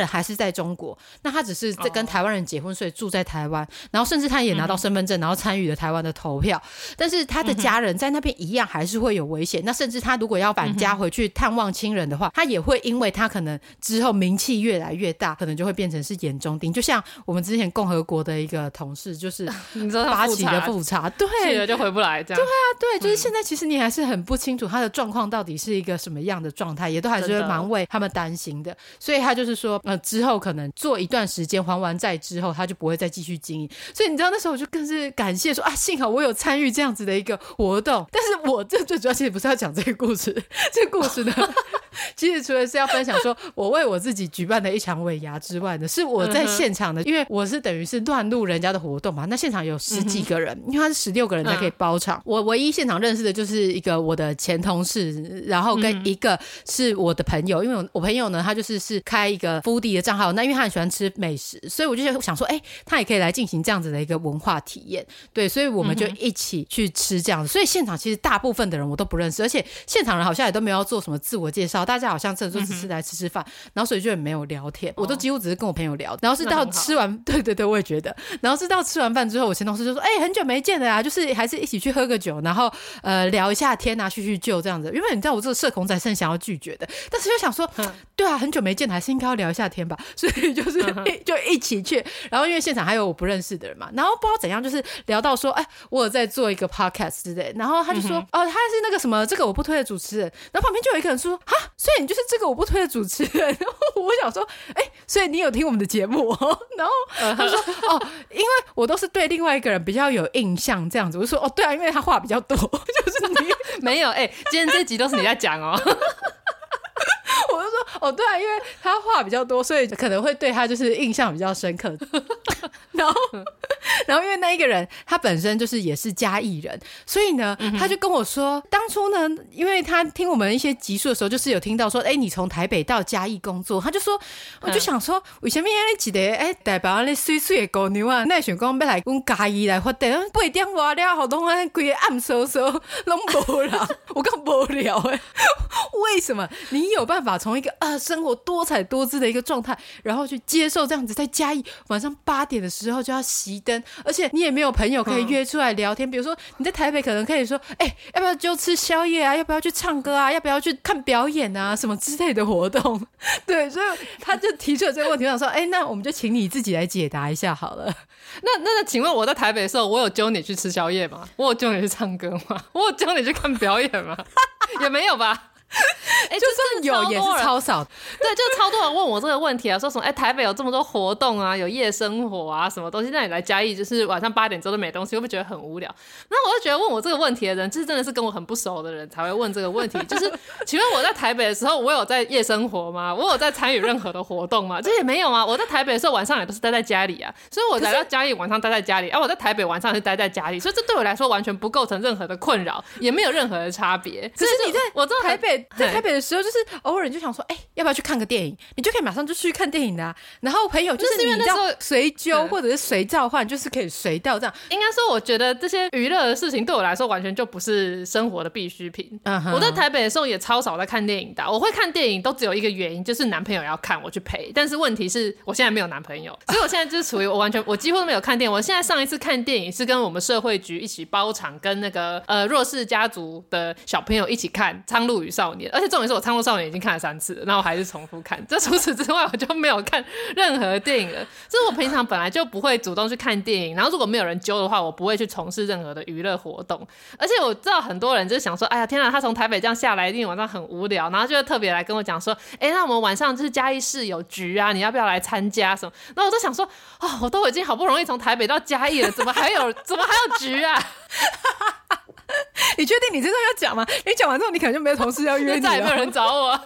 人还是在中国，那他只是在跟台湾人结婚，所以住在台湾，然后甚至他也拿到身份证，然后参与了台湾的投票，但是他的家人在那边一样还是会有危险。那甚至他如果要返家回去探望亲人的话，他也会因为他可能之后名气越来越大，可能就会变成是眼中钉。就像我们之前共和国的一个同事，就是八旗的复查，对， 去了就回不来这样。 对啊，对，就是现在其实你还是很不清楚他的状况到底是一个什么样的状态，也都还是会蛮为他们担心的。所以他就是说呃，之后可能做一段时间还完债之后，他就不会再继续经营。所以你知道那时候我就更是感谢说啊，幸好我有参与这样子的一个活动。但是我这最主要其实不是要讲这个故事，这个故事呢其实除了是要分享说我为我自己举办的一场尾牙之外呢，是我在现场的、嗯、因为我是等于是乱入人家的活动嘛，那现场有十几个人、嗯、因为他是十六个人才可以包场、嗯、我唯一现场认识的就是一个我的前同事，然后跟一个是我的朋友、嗯、因为我朋友呢他就是是开一个 foodie 的账号，那因为他很喜欢吃美食，所以我就想说哎、欸，他也可以来进行这样子的一个文化体验，对，所以我们就一起去吃这样子、嗯、所以现场其实大部分的人我都不认识，而且现场人好像也都没有要做什么自我介绍，大家好像真的就只是来吃吃饭、嗯、然后所以就也没有聊天、哦、我都几乎只是跟我朋友聊，然后是到吃完，对对对我也觉得，然后是到吃完饭之后，我前同事就说哎、欸，很久没见了啊，就是还是一起去喝个酒，然后呃聊一下天啊，叙叙旧这样子，因为你知道我这个社恐仔是很想要拒绝的，但是就想说、嗯、对啊，很久没见还是应该要聊一下天吧，所以就是、嗯、就一起去，然后因为现场还有我不认识的人嘛，然后不知道怎样就是聊到说哎，我有在做一个 podcast 之类，然后他就说、嗯、哦他是那个什么这个我不推的主持人，然后旁边就有一个人说哈，所以你就是这个我不推的主持人，然后我想说哎，所以你有听我们的节目哦，然后他说哦，因为我都是对另外一个人比较有印象这样子，我就说哦对啊，因为他话比较多，就是你没有哎、欸，今天这集都是你在讲哦。 我就说哦对啊，因为他话比较多，所以可能会对他就是印象比较深刻。然后然后因为那一个人他本身就是也是嘉义人，所以呢、嗯、他就跟我说当初呢因为他听我们一些集数的时候就是有听到说哎，你从台北到嘉义工作，他就说我就想说、嗯、为什么一个哎台北那水水的姑娘啊，那想讲要来跟嘉义来发展八点外了好多人规个暗搜搜都没人我更无聊哎，为什么你有办法从一个啊生活多彩多姿的一个状态，然后去接受这样子在嘉义晚上八点的时候就要熄灯，而且你也没有朋友可以约出来聊天、嗯、比如说你在台北可能可以说哎、欸，要不要就吃宵夜啊，要不要去唱歌啊，要不要去看表演啊什么之类的活动，对，所以他就提出了这个问题，我想说哎，那我们就请你自己来解答一下好了。 那那那请问我在台北的时候我有揪你去吃宵夜吗？我有揪你去唱歌吗？我有揪你去看表演吗？也没有吧。 哎、欸，就算有也是超少， 对，就超多人问我这个问题啊，说什么哎、欸，台北有这么多活动啊，有夜生活啊，什么东西，那你来嘉义就是晚上八点之后都没东西，会不会觉得很无聊？那我就觉得问我这个问题的人，就是真的是跟我很不熟的人才会问这个问题，就是请问我在台北的时候，我有在夜生活吗？我有在参与任何的活动吗？这也没有啊。我在台北的时候晚上也都是待在家里啊，所以我来到嘉义晚上待在家里，而、啊、我在台北晚上是待在家里，所以这对我来说完全不构成任何的困扰，也没有任何的差别。 可是你在我台北在台北的时候。就是偶尔你就想说哎、欸，要不要去看个电影，你就可以马上就去看电影的、啊、然后朋友就是你知道随揪或者是随召唤，就是可以随到这样。 应该说我觉得这些娱乐的事情对我来说完全就不是生活的必需品、uh-huh. 我在台北的时候也超少在看电影的，我会看电影都只有一个原因，就是男朋友要看我去陪，但是问题是我现在没有男朋友，所以我现在就是处于我完全我几乎都没有看电影。我现在上一次看电影是跟我们社会局一起包场，跟那个呃弱势家族的小朋友一起看《苍鹭与少年》，而且重点是我《苍鹭少年》已经看了三次了，那我还是重复看。这除此之外我就没有看任何电影了，就是我平常本来就不会主动去看电影，然后如果没有人揪的话我不会去从事任何的娱乐活动。而且我知道很多人就是想说哎呀天啊，他从台北这样下来一定晚上很无聊，然后就会特别来跟我讲说哎，那我们晚上就是嘉义市有局啊，你要不要来参加什么。然后我都想说哦，我都已经好不容易从台北到嘉义了，怎么还有怎么还有局啊。 你确定你真的要讲吗？你讲完之后你可能就没有同事要约你了， 再也没有人找我。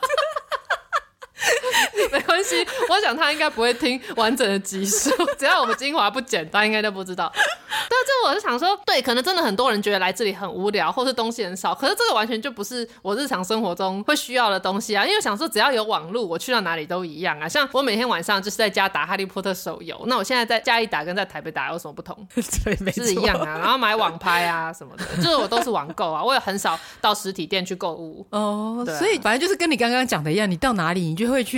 没关系，我想他应该不会听完整的集数，只要我们精华不剪他应该都不知道。但这我就想说对，可能真的很多人觉得来这里很无聊或是东西很少，可是这个完全就不是我日常生活中会需要的东西啊。因为我想说只要有网路我去到哪里都一样啊，像我每天晚上就是在家打哈利波特手游，那我现在在嘉义打跟在台北打有什么不同？ 对，没错， 是一样啊。然后买网拍啊什么的，就是我都是网购啊，我也很少到实体店去购物哦、 啊。 所以反正就是跟你刚刚讲的一样，你到哪里你就会去呃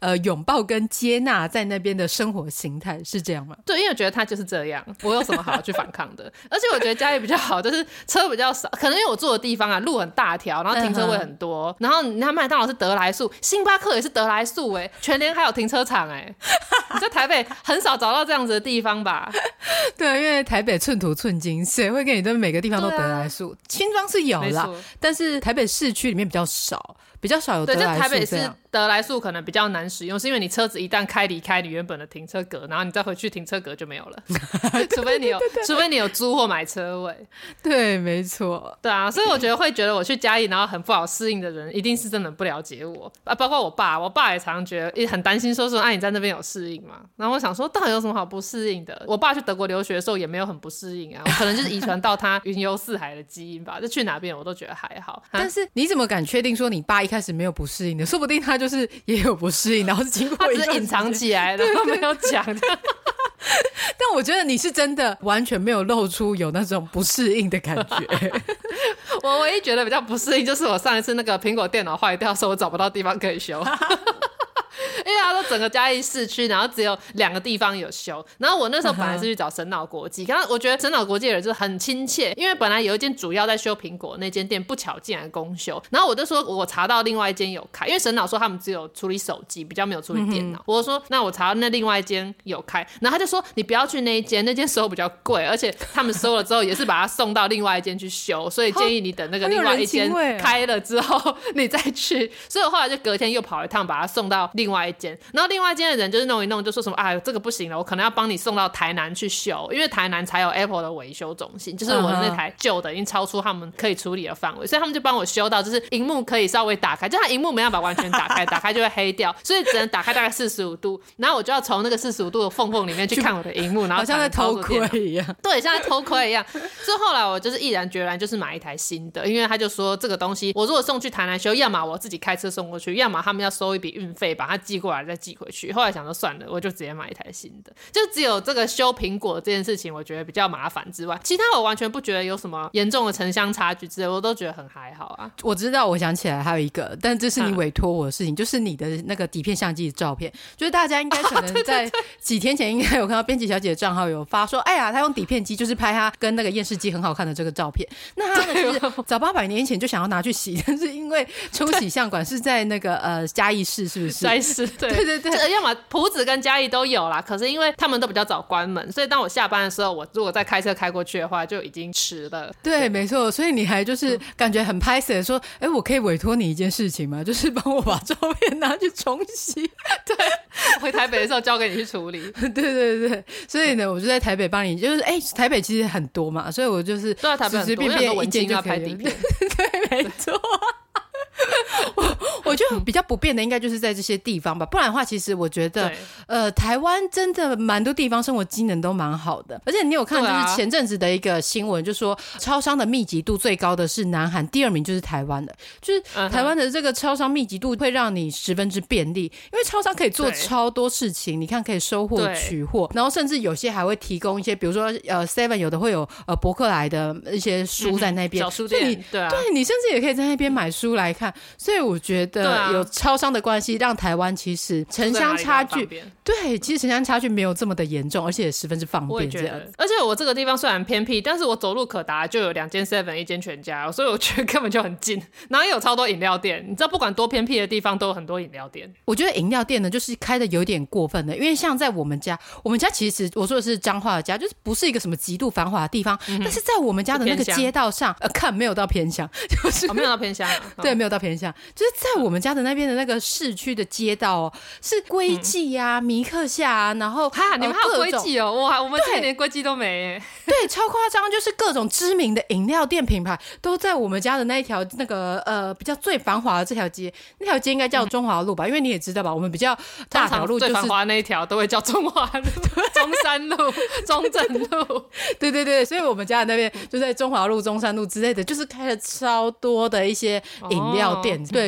呃拥抱跟接纳在那边的生活形态，是这样吗？ 对，因为我觉得他就是这样，我有什么好去反抗的？而且我觉得嘉义比较好，就是车比较少，可能因为我住的地方啊，路很大条，然后停车位很多，嗯、然后你看麦当劳是得来速，星巴克也是得来速、欸，哎，全联还有停车场、欸，哎，你在台北很少找到这样子的地方吧？ 对，因为台北寸土寸金，谁会跟你对每个地方都得来速？新庄、啊、是有啦，但是台北市区里面比较少。比较少有得来速， 对，就台北市得来速可能比较难使用，是因为你车子一旦开离开你原本的停车格，然后你再回去停车格就没有了，除非你有，除非你有租或买车位。 对，没错。 对啊，所以我觉得会觉得我去嘉义然后很不好适应的人，一定是真的不了解我啊。包括我爸，我爸也常常觉得也很担心，说说啊你在那边有适应吗？然后我想说，到底有什么好不适应的？我爸去德国留学的时候也没有很不适应啊，我可能就是遗传到他云游四海的基因吧，就去哪边我都觉得还好。啊、 但是你怎么敢确定说你爸一开始没有不适应？说不定他就是也有不适应，然后是经过一段时间， 他只是隐藏起来，然后没有讲。 但我觉得你是真的完全没有露出有那种不适应的感觉。 我唯一觉得比较不适应就是我上一次那个苹果电脑坏掉，所以我找不到地方可以修。因为他说整个嘉义市区，然后只有两个地方有修，然后我那时候本来是去找神脑国际，刚刚我觉得神脑国际的人就是很亲切，因为本来有一间主要在修苹果那间店不巧竟然公休，然后我就说我查到另外一间有开，因为神脑说他们只有处理手机，比较没有处理电脑、嗯、我说那我查到那另外一间有开，然后他就说你不要去那一间，那间收比较贵，而且他们收了之后也是把它送到另外一间去修，所以建议你等那个另外一间开了之后你再去，所以我后来就隔天又跑一趟把它送到另外一间，然后另外一间的人就是弄一弄就说什么啊这个不行了，我可能要帮你送到台南去修，因为台南才有 Apple 的维修中心，就是我的那台旧的已经超出他们可以处理的范围，所以他们就帮我修到就是萤幕可以稍微打开，就它萤幕没办法完全打开，打开就会黑掉，所以只能打开大概四十五度，然后我就要从那个四十五度的缝缝里面去看我的萤幕，然后好像在偷窥一样， 对，像在偷窥一样。所以后来我就是毅然决然就是买一台新的，因为他就说这个东西我如果送去台南修，要么我自己开车送过去，要么他们要收一笔运费把它寄过来再寄回去，后来想说算了，我就直接买一台新的，就只有这个修苹果这件事情我觉得比较麻烦之外，其他我完全不觉得有什么严重的城乡差距之类，我都觉得很还好啊。 我知道，我想起来还有一个，但这是你委托我的事情、啊、就是你的那个底片相机的照片，就是大家应该可能在几天前应该有看到编辑小姐的账号有发说哎呀她用底片机就是拍她跟那个验视机很好看的这个照片，那她呢就是早八百年前就想要拿去洗，但是因为冲洗相馆是在那个呃嘉义市，是不是？ 嘉义市，对对对对，要么埔子跟嘉义都有啦，可是因为他们都比较早关门，所以当我下班的时候，我如果再开车开过去的话就已经迟了。 对, 对没错，所以你还就是感觉很拍摄说哎、嗯，我可以委托你一件事情吗？就是帮我把照片拿去冲洗。 对，回台北的时候交给你去处理。 对对对，所以呢我就在台北帮你，就是哎，台北其实很多嘛，所以我就是对啊，台北很多， 随随便便一件就拍底片。 对，没错。我我觉得比较不便的应该就是在这些地方吧，不然的话其实我觉得呃，台湾真的蛮多地方生活机能都蛮好的，而且你有看就是前阵子的一个新闻、啊、就说超商的密集度最高的是南韩，第二名就是台湾的，就是台湾的这个超商密集度会让你十分之便利，因为超商可以做超多事情，你看可以收货取货，然后甚至有些还会提供一些比如说呃 seven 有的会有呃博客来的一些书在那边、 嗯、小书店，对啊， 对，你甚至也可以在那边买书来看，所以我觉得有超商的关系让台湾其实城乡差距，对，其实城乡差距没有这么的严重，而且也十分之方便这样子。 而且我这个地方虽然偏僻，但是我走路可达就有两间 seven 一间全家，所以我觉得根本就很近，然后也有超多饮料店，你知道不管多偏僻的地方都有很多饮料店。 我觉得饮料店呢就是开的有点过分的，因为像在我们家，我们家其实我说的是彰化的家，就是不是一个什么极度繁华的地方、嗯、但是在我们家的那个街道上呃，看没有到偏乡，就是、 哦、没有到偏乡、啊、 对，没有到偏乡，就是在我们家的那边的那个市区的街道哦，是龟记啊、嗯、米克夏啊，然后哈、呃、你们还有龟记哦，哇，我们这连龟记都没耶。 对，超夸张，就是各种知名的饮料店品牌都在我们家的那一条那个呃比较最繁华的这条街，那条街应该叫中华路吧、嗯、因为你也知道吧，我们比较大条路就是最繁华的那一条都会叫中华路中山路中正路对对对，所以我们家的那边就在中华路中山路之类的，就是开了超多的一些饮料店、哦、对，所以我想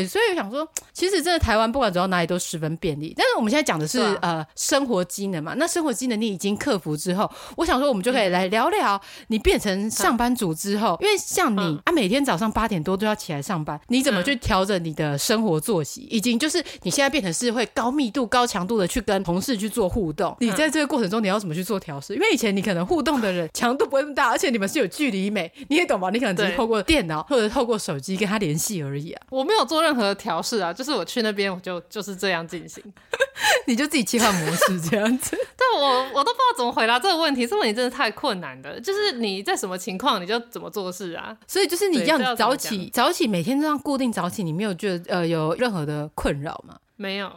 想说，其实真的台湾不管走到哪里都十分便利，但是我们现在讲的是、啊、呃生活机能嘛，那生活机能你已经克服之后，我想说我们就可以来聊聊你变成上班族之后，嗯、因为像你、嗯、啊每天早上八点多都要起来上班，你怎么去调整你的生活作息，已经就是你现在变成是会高密度高强度的去跟同事去做互动，你在这个过程中你要怎么去做调试？因为以前你可能互动的人强度不会那么大，而且你们是有距离美，你也懂吧？你可能只是透过电脑或者透过手机跟他联系而已啊。 我没有做任何的调试啊，就是我去那边我就就是这样进行你就自己切换模式这样子但我我都不知道怎么回答这个问题，这个问题真的太困难了，就是你在什么情况你就怎么做事啊， 所以就是你要早起早起每天这样固定早起，你没有觉得呃有任何的困扰吗？ 没有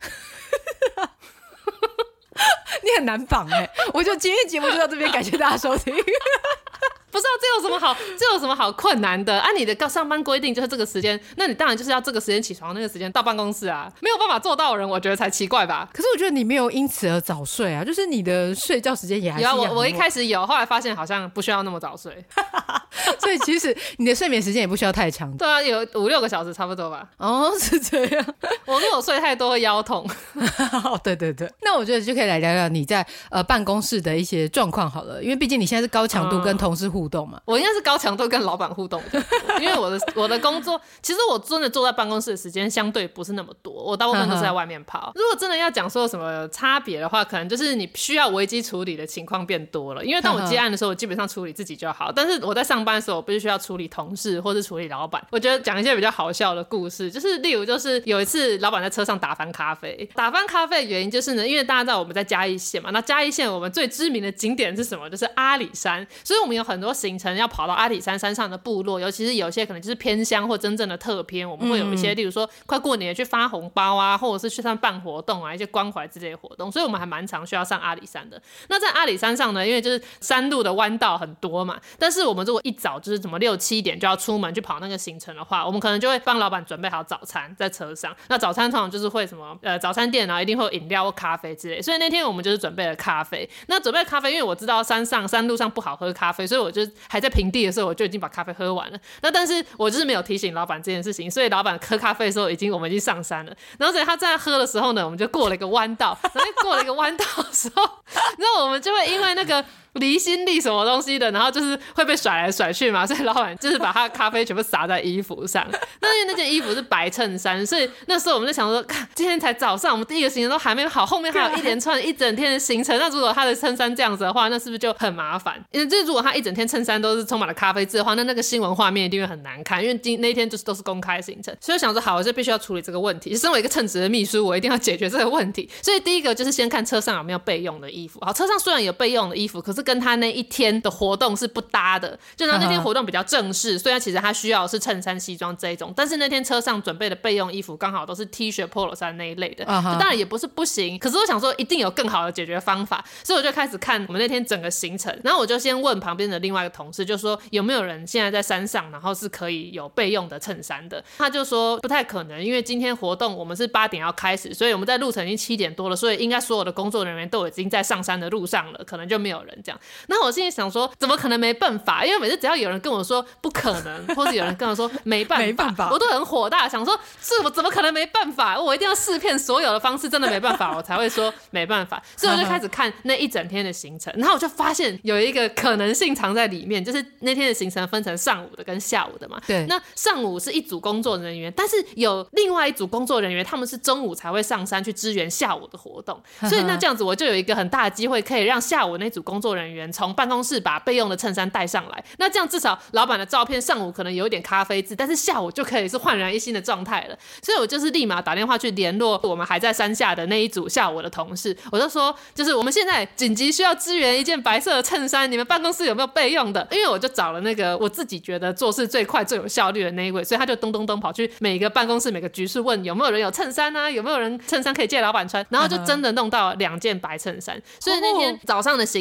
你很难绑哎、欸！我就今天节目就到这边，感谢大家收听。 不是啊，这有什么好这有什么好困难的？按、啊、你的上班规定就是这个时间，那你当然就是要这个时间起床，那个时间到办公室啊，没有办法做到的人，我觉得才奇怪吧。 可是我觉得你没有因此而早睡啊，就是你的睡觉时间也还是一样。 有啊，我我一开始有，后来发现好像不需要那么早睡， 所以其实你的睡眠时间也不需要太长。 对啊，有五六个小时差不多吧。 哦，是这样。 我如果睡太多会腰痛。 对对对，那我觉得就可以来聊聊你在呃办公室的一些状况好了，因为毕竟你现在是高强度跟同事互动嘛。嗯、 我应该是高强度跟老板互动的，因为我的我的工作，其实我真的坐在办公室的时间相对不是那么多，我大部分都是在外面跑。如果真的要讲说什么差别的话，可能就是你需要危机处理的情况变多了。因为当我接案的时候，我基本上处理自己就好，但是我在上班的时候，我必须要处理同事或是处理老板。我觉得讲一些比较好笑的故事，就是例如就是有一次老板在车上打翻咖啡，打翻咖啡的原因就是呢，因为大家知道我们在嘉义县嘛，那嘉义县我们最知名的景点是什么？就是阿里山，所以我们有很多行程要跑到阿里山山上的部落，尤其是有些可能就是偏乡或真正的特偏，我们会有一些、嗯、例如说快过年去发红包啊，或者是去上办活动啊，一些关怀之类的活动，所以我们还蛮常需要上阿里山的。那在阿里山上呢，因为就是山路的弯道很多嘛，但是我们如果一早就是怎么六七点就要出门去跑那个行程的话，我们可能就会帮老板准备好早餐在车上。那早餐通常就是会什么呃早餐店啊，一定会有饮料或咖啡之类，所以那天我们就是准备了咖啡。那准备咖啡，因为我知道山上山路上不好喝咖啡，所以我就还在平地的时候我就已经把咖啡喝完了。那但是我就是没有提醒老板这件事情，所以老板喝咖啡的时候已经我们已经上山了。然后所以他在喝的时候呢，我们就过了一个弯道，然后过了一个弯道的时候，然后我们就会因为那个离心力什么东西的，然后就是会被甩来甩去嘛，所以老板就是把他的咖啡全部洒在衣服上。那因为那件衣服是白衬衫，所以那时候我们就想说，今天才早上，我们第一个行程都还没好，后面还有一连串一整天的行程。那如果他的衬衫这样子的话，那是不是就很麻烦？因为就是如果他一整天衬衫都是充满了咖啡渍的话，那那个新闻画面一定会很难看。因为今那一天就是都是公开行程，所以想说好，我就必须要处理这个问题。身为一个称职的秘书，我一定要解决这个问题。所以第一个就是先看车上有没有备用的衣服。好，车上虽然有备用的衣服，可是跟他那一天的活动是不搭的，就那天活动比较正式，所以其实他需要的是衬衫西装这一种，但是那天车上准备的备用衣服刚好都是 T 恤 Polo 衫那一类的， uh-huh. 当然也不是不行，可是我想说一定有更好的解决方法，所以我就开始看我们那天整个行程，然后我就先问旁边的另外一个同事，就说有没有人现在在山上然后是可以有备用的衬衫的。他就说不太可能，因为今天活动我们是八点要开始，所以我们在路程已经七点多了，所以应该所有的工作人员都已经在上山的路上了，可能就没有人这样。那我心里想说怎么可能没办法，因为每次只要有人跟我说不可能，或者有人跟我说没办法, 没办法我都很火大，想说是我怎么可能没办法，我一定要试遍所有的方式，真的没办法我才会说没办法。所以我就开始看那一整天的行程，然后我就发现有一个可能性藏在里面，就是那天的行程分成上午的跟下午的嘛。 对， 那上午是一组工作人员，但是有另外一组工作人员他们是中午才会上山去支援下午的活动，所以那这样子我就有一个很大的机会可以让下午那组工作人员从办公室把备用的衬衫带上来，那这样至少老板的照片上午可能有一点咖啡渍，但是下午就可以是焕然一新的状态了。所以我就是立马打电话去联络我们还在山下的那一组下午的同事，我就说就是我们现在紧急需要支援一件白色的衬衫，你们办公室有没有备用的？因为我就找了那个我自己觉得做事最快最有效率的那一位，所以他就咚咚咚跑去每个办公室每个局室问有没有人有衬衫啊，有没有人衬衫可以借老板穿，然后就真的弄到两件白衬衫。所以那天早上的行程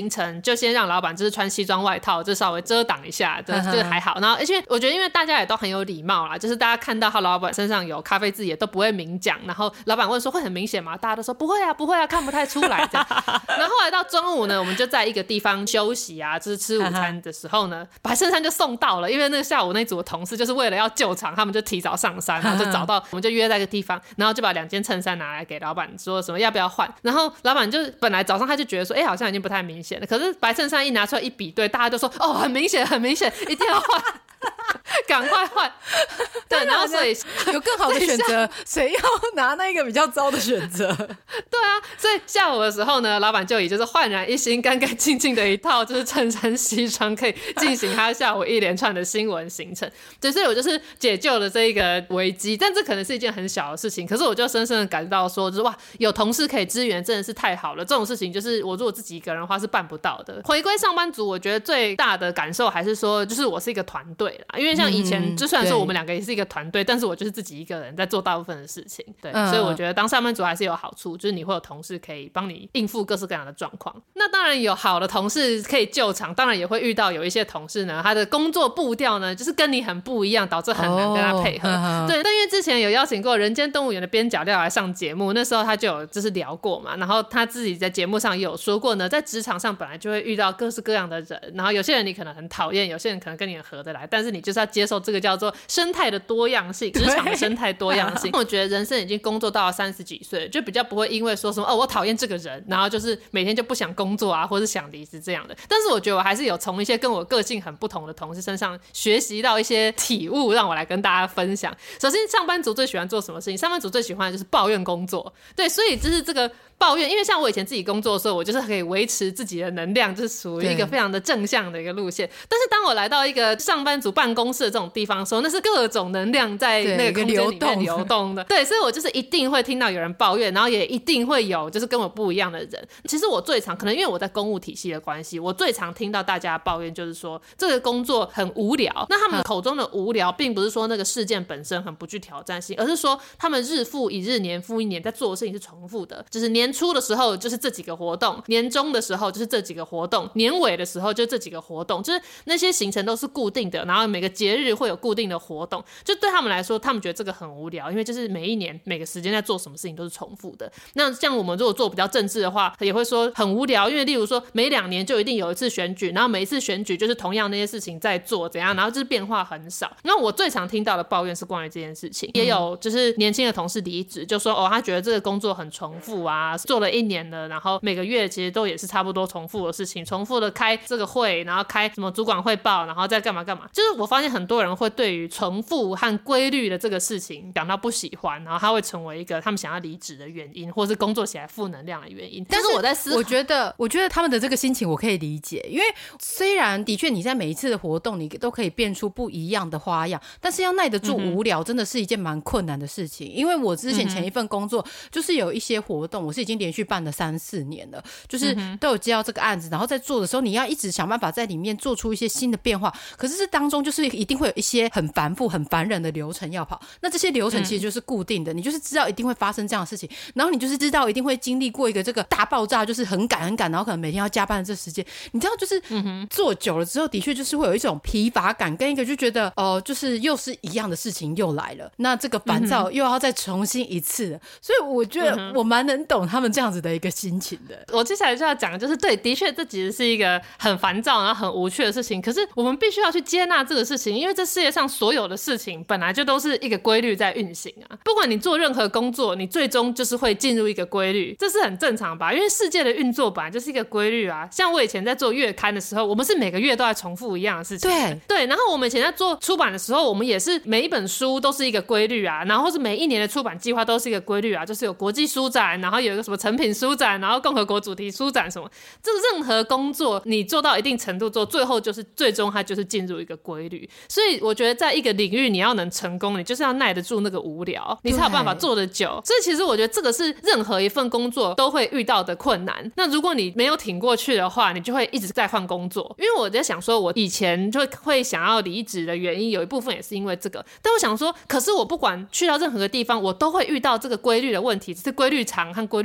就先让老板就是穿西装外套，就稍微遮挡一下，就就是还好。然后而且我觉得因为大家也都很有礼貌啦，就是大家看到他老板身上有咖啡字也都不会明讲，然后老板问说会很明显吗？大家都说不会啊不会啊，看不太出来这样。然后后来到中午呢，我们就在一个地方休息啊，就是吃午餐的时候呢，白衬衫就送到了，因为那个下午那组的同事就是为了要救场，他们就提早上山，然后就找到我们就约在一个地方，然后就把两件衬衫拿来给老板说什么要不要换，然后老板就本来早上他就觉得说哎、欸、好像已经不太明显了，可是白衬衫一拿出来一比对，大家就说哦很明显很明显，一定要换。赶快换，对，然后所以有更好的选择，谁要拿那个比较糟的选择？ 对啊，所以下午的时候呢，老板就以就是焕然一新、干干净净的一套就是衬衫西装，可以进行他下午一连串的新闻行程。对，所以我就是解救了这一个危机，但这可能是一件很小的事情，可是我就深深的感到说，就是哇，有同事可以支援，真的是太好了。这种事情就是我如果自己一个人的话是办不到的。回归上班族，我觉得最大的感受还是说，就是我是一个团队啦，因为像以前、嗯、就虽然说我们两个也是一个团队，但是我就是自己一个人在做大部分的事情，对、嗯，所以我觉得当上班族还是有好处，就是你会有同事可以帮你应付各式各样的状况。那当然有好的同事可以救场，当然也会遇到有一些同事呢，他的工作步调呢就是跟你很不一样，导致很难跟他配合。哦、对，但因为之前有邀请过人间动物园的边角料来上节目，那时候他就有就是聊过嘛，然后他自己在节目上也有说过呢，在职场上本来就会遇到各式各样的人，然后有些人你可能很讨厌，有些人可能跟你很合得来，但是你就是要接受这个叫做生态的多样性，职场的生态多样性。我觉得人生已经工作到了三十几岁，就比较不会因为说什么哦我讨厌这个人，然后就是每天就不想工作啊，或是想离职这样的。但是我觉得我还是有从一些跟我个性很不同的同事身上学习到一些体悟，让我来跟大家分享。首先，上班族最喜欢做什么事情？上班族最喜欢的就是抱怨工作，对，所以就是这个抱怨，因为像我以前自己工作的时候，我就是可以维持自己的能量，就是属于一个非常的正向的一个路线。但是当我来到一个上班族办公室的这种地方的时候，那是各种能量在那个空间里面流动的，对，所以我就是一定会听到有人抱怨，然后也一定会有就是跟我不一样的人。其实我最常可能因为我在公务体系的关系，我最常听到大家抱怨就是说这个工作很无聊。那他们口中的无聊并不是说那个事件本身很不具挑战性，而是说他们日复一日年复一年在做的事情是重复的，就是年初的时候就是这几个活动，年中的时候就是这几个活动，年尾的时候就这几个活动，就是那些行程都是固定的，然后每个节日会有固定的活动，就对他们来说他们觉得这个很无聊，因为就是每一年每个时间在做什么事情都是重复的。那像我们如果做比较政治的话也会说很无聊，因为例如说每两年就一定有一次选举，然后每一次选举就是同样那些事情在做怎样，然后就是变化很少。那我最常听到的抱怨是关于这件事情，也有就是年轻的同事离职就说哦他觉得这个工作很重复啊，做了一年了，然后每个月其实都也是差不多重复的事情，重复的开这个会，然后开什么主管汇报，然后再干嘛干嘛。就是我发现很多人会对于重复和规律的这个事情感到不喜欢，然后他会成为一个他们想要离职的原因，或是工作起来负能量的原因。但是我在思考， 我觉得我觉得他们的这个心情我可以理解，因为虽然的确你在每一次的活动你都可以变出不一样的花样，但是要耐得住无聊真的是一件蛮困难的事情。因为我之前前一份工作就是有一些活动我是已经连续办了三四年了，就是都有接到这个案子，然后在做的时候你要一直想办法在里面做出一些新的变化，可是这当中就是一定会有一些很繁复很烦人的流程要跑，那这些流程其实就是固定的，你就是知道一定会发生这样的事情，然后你就是知道一定会经历过一个这个大爆炸，就是很赶很赶，然后可能每天要加班的这时间，你知道就是做久了之后的确就是会有一种疲乏感，跟一个就觉得哦、呃，就是又是一样的事情又来了，那这个烦躁又要再重新一次了，所以我觉得我蛮能懂他们这样子的一个心情的。 我接下来就要讲的就是对，的确这其实是一个很烦躁然后很无趣的事情，可是我们必须要去接纳这个事情，因为这世界上所有的事情本来就都是一个规律在运行啊，不管你做任何工作你最终就是会进入一个规律，这是很正常吧，因为世界的运作本来就是一个规律啊。像我以前在做月刊的时候，我们是每个月都在重复一样的事情， 对对，然后我们以前在做出版的时候，我们也是每一本书都是一个规律啊，然后或是每一年的出版计划都是一个规律啊，就是有国际书展，然后有一个什么成品书展，然后共和国主题书展什么，这任何工作你做到一定程度之后，最后就是最终它就是进入一个规律。所以我觉得在一个领域你要能成功，你就是要耐得住那个无聊，你才有办法做得久。所以其实我觉得这个是任何一份工作都会遇到的困难，那如果你没有挺过去的话，你就会一直在换工作。因为我在想说我以前就会想要离职的原因有一部分也是因为这个，但我想说可是我不管去到任何个地方我都会遇到这个规律的问题，只是规律长和规律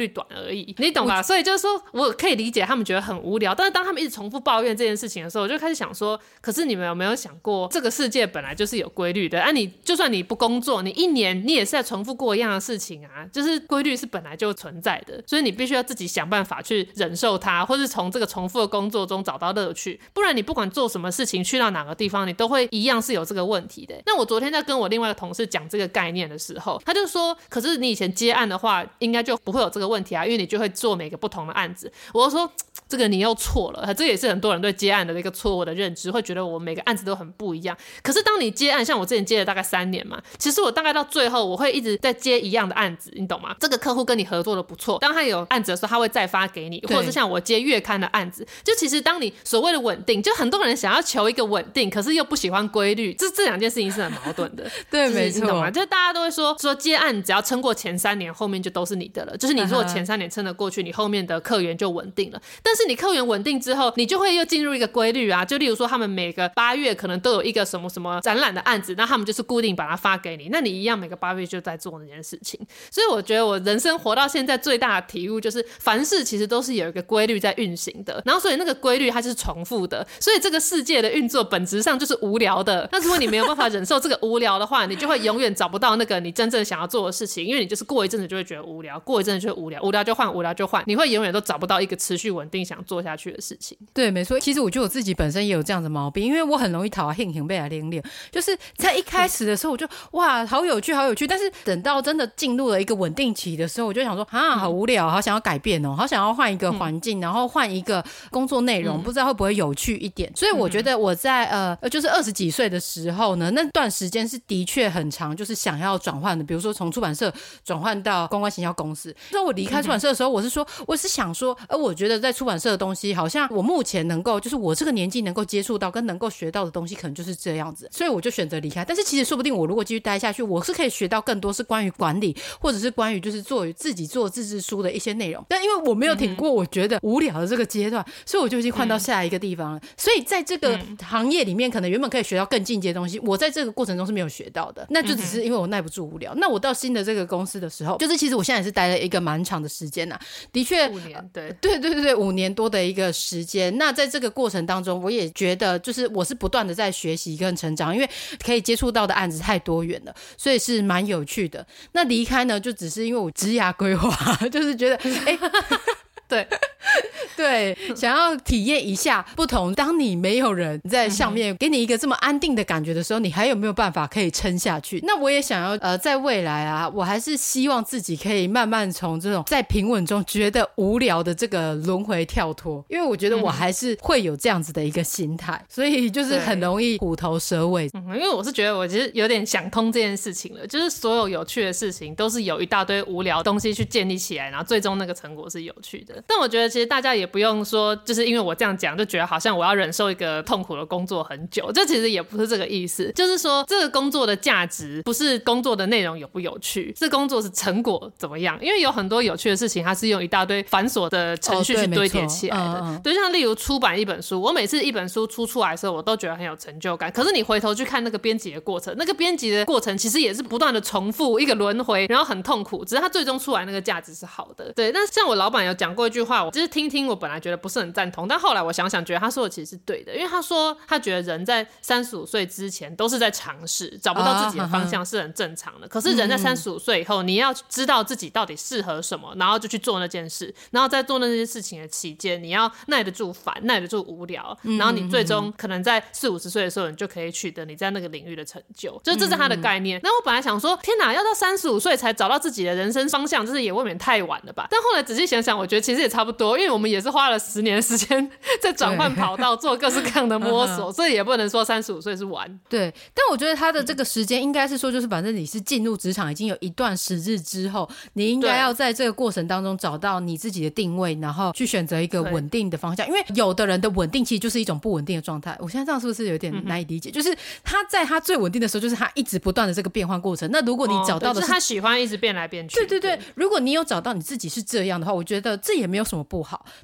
律短而已，你懂吧？所以就是说我可以理解他们觉得很无聊，但是当他们一直重复抱怨这件事情的时候，我就开始想说，可是你们有没有想过这个世界本来就是有规律的啊，你就算你不工作，你一年你也是在重复过一样的事情啊，就是规律是本来就存在的，所以你必须要自己想办法去忍受它，或是从这个重复的工作中找到乐趣，不然你不管做什么事情去到哪个地方，你都会一样是有这个问题的。那我昨天在跟我另外一个同事讲这个概念的时候，他就说可是你以前接案的话应该就不会有这个问题啊，因为你就会做每个不同的案子。我就说这个你又错了，这也是很多人对接案的一个错误的认知，会觉得我每个案子都很不一样。可是当你接案，像我之前接了大概三年嘛，其实我大概到最后我会一直在接一样的案子，你懂吗？这个客户跟你合作的不错，当他有案子的时候他会再发给你，或者是像我接月刊的案子，就其实当你所谓的稳定，就很多人想要求一个稳定，可是又不喜欢规律，这这两件事情是很矛盾的。 对， 就是、 没错， 你懂吗？就大家都会说说接案只要撑过前三年，后面就都是你的了。就是你如果前三年撑得过去，你后面的客源就稳定了。但是你客源稳定之后，你就会又进入一个规律啊。就例如说，他们每个八月可能都有一个什么什么展览的案子，那他们就是固定把它发给你，那你一样每个八月就在做那件事情。所以我觉得我人生活到现在最大的体悟就是，凡事其实都是有一个规律在运行的，然后所以那个规律它就是重复的，所以这个世界的运作本质上就是无聊的。那如果你没有办法忍受这个无聊的话，你就会永远找不到那个你真正想要做的事情，因为你就是过一阵子就会觉得无聊，过一阵子就会无聊，无聊就换，无聊就换，你会永远都找不到一个持续稳定想做下去的事情。 对，没错。其实我觉得我自己本身也有这样的毛病，因为我很容易讨厌兴被来练练，就是在一开始的时候我就哇好有趣好有趣，但是等到真的进入了一个稳定期的时候，我就想说啊好无聊，好想要改变哦，好想要换一个环境、嗯、然后换一个工作内容、嗯、不知道会不会有趣一点。所以我觉得我在呃就是二十几岁的时候呢，那段时间是的确很长，就是想要转换的，比如说从出版社转换到公关行销公司。所以我离开出版社的时候，我是说我是想说呃我觉得在出版社的东西好像我目前能够就是我这个年纪能够接触到跟能够学到的东西可能就是这样子，所以我就选择离开。但是其实说不定我如果继续待下去，我是可以学到更多是关于管理或者是关于就是做自己做自制书的一些内容，但因为我没有挺过我觉得无聊的这个阶段，所以我就已经换到下一个地方了、嗯、所以在这个行业里面可能原本可以学到更进阶的东西，我在这个过程中是没有学到的，那就只是因为我耐不住无聊。那我到新的这个公司的时候，就是其实我现在也是待了一个蛮长的时间啊，的确五年，对对对对对，五年多的一个时间。那在这个过程当中，我也觉得就是我是不断的在学习跟成长，因为可以接触到的案子太多元了，所以是蛮有趣的。那离开呢，就只是因为我职涯规划，就是觉得哎。对对，想要体验一下不同，当你没有人在上面给你一个这么安定的感觉的时候，你还有没有办法可以撑下去？那我也想要呃，在未来啊，我还是希望自己可以慢慢从这种在平稳中觉得无聊的这个轮回跳脱，因为我觉得我还是会有这样子的一个心态，所以就是很容易虎头蛇尾、 嗯、因为我是觉得我其实有点想通这件事情了，就是所有有趣的事情都是有一大堆无聊的东西去建立起来，然后最终那个成果是有趣的。但我觉得其实大家也不用说就是因为我这样讲就觉得好像我要忍受一个痛苦的工作很久，这其实也不是这个意思，就是说这个工作的价值不是工作的内容有不有趣，是工作是成果怎么样。因为有很多有趣的事情它是用一大堆繁琐的程序去堆叠起来的、哦、对, 嗯嗯对，像例如出版一本书，我每次一本书出出来的时候我都觉得很有成就感，可是你回头去看那个编辑的过程，那个编辑的过程其实也是不断的重复一个轮回，然后很痛苦，只是它最终出来那个价值是好的。对，那像我老板有讲过一句话，我就是听听我本来觉得不是很赞同，但后来我想想觉得他说的其实是对的，因为他说他觉得人在三十五岁之前都是在尝试，找不到自己的方向是很正常的、啊、可是人在三十五岁以后、嗯、你要知道自己到底适合什么，然后就去做那件事，然后在做那件事情的期间你要耐得住烦，耐得住无聊、嗯、然后你最终可能在四五十岁的时候你就可以取得你在那个领域的成就，就这是他的概念、嗯、那我本来想说天哪，要到三十五岁才找到自己的人生方向，这是也未免太晚了吧，但后来仔细想想我觉得其实也差不多，因为我们也是花了十年的时间在转换跑道做各式各样的摸索，所以也不能说三十五岁是晚。 对，但我觉得他的这个时间应该是说就是反正你是进入职场已经有一段时日之后，你应该要在这个过程当中找到你自己的定位，然后去选择一个稳定的方向，因为有的人的稳定其实就是一种不稳定的状态。我现在这样是不是有点难以理解、嗯、就是他在他最稳定的时候就是他一直不断的这个变换过程，那如果你找到的是、哦、 就是他喜欢一直变来变去， 对对对，如果你有找到你自己是这样的话，我觉得这也没有什么不好。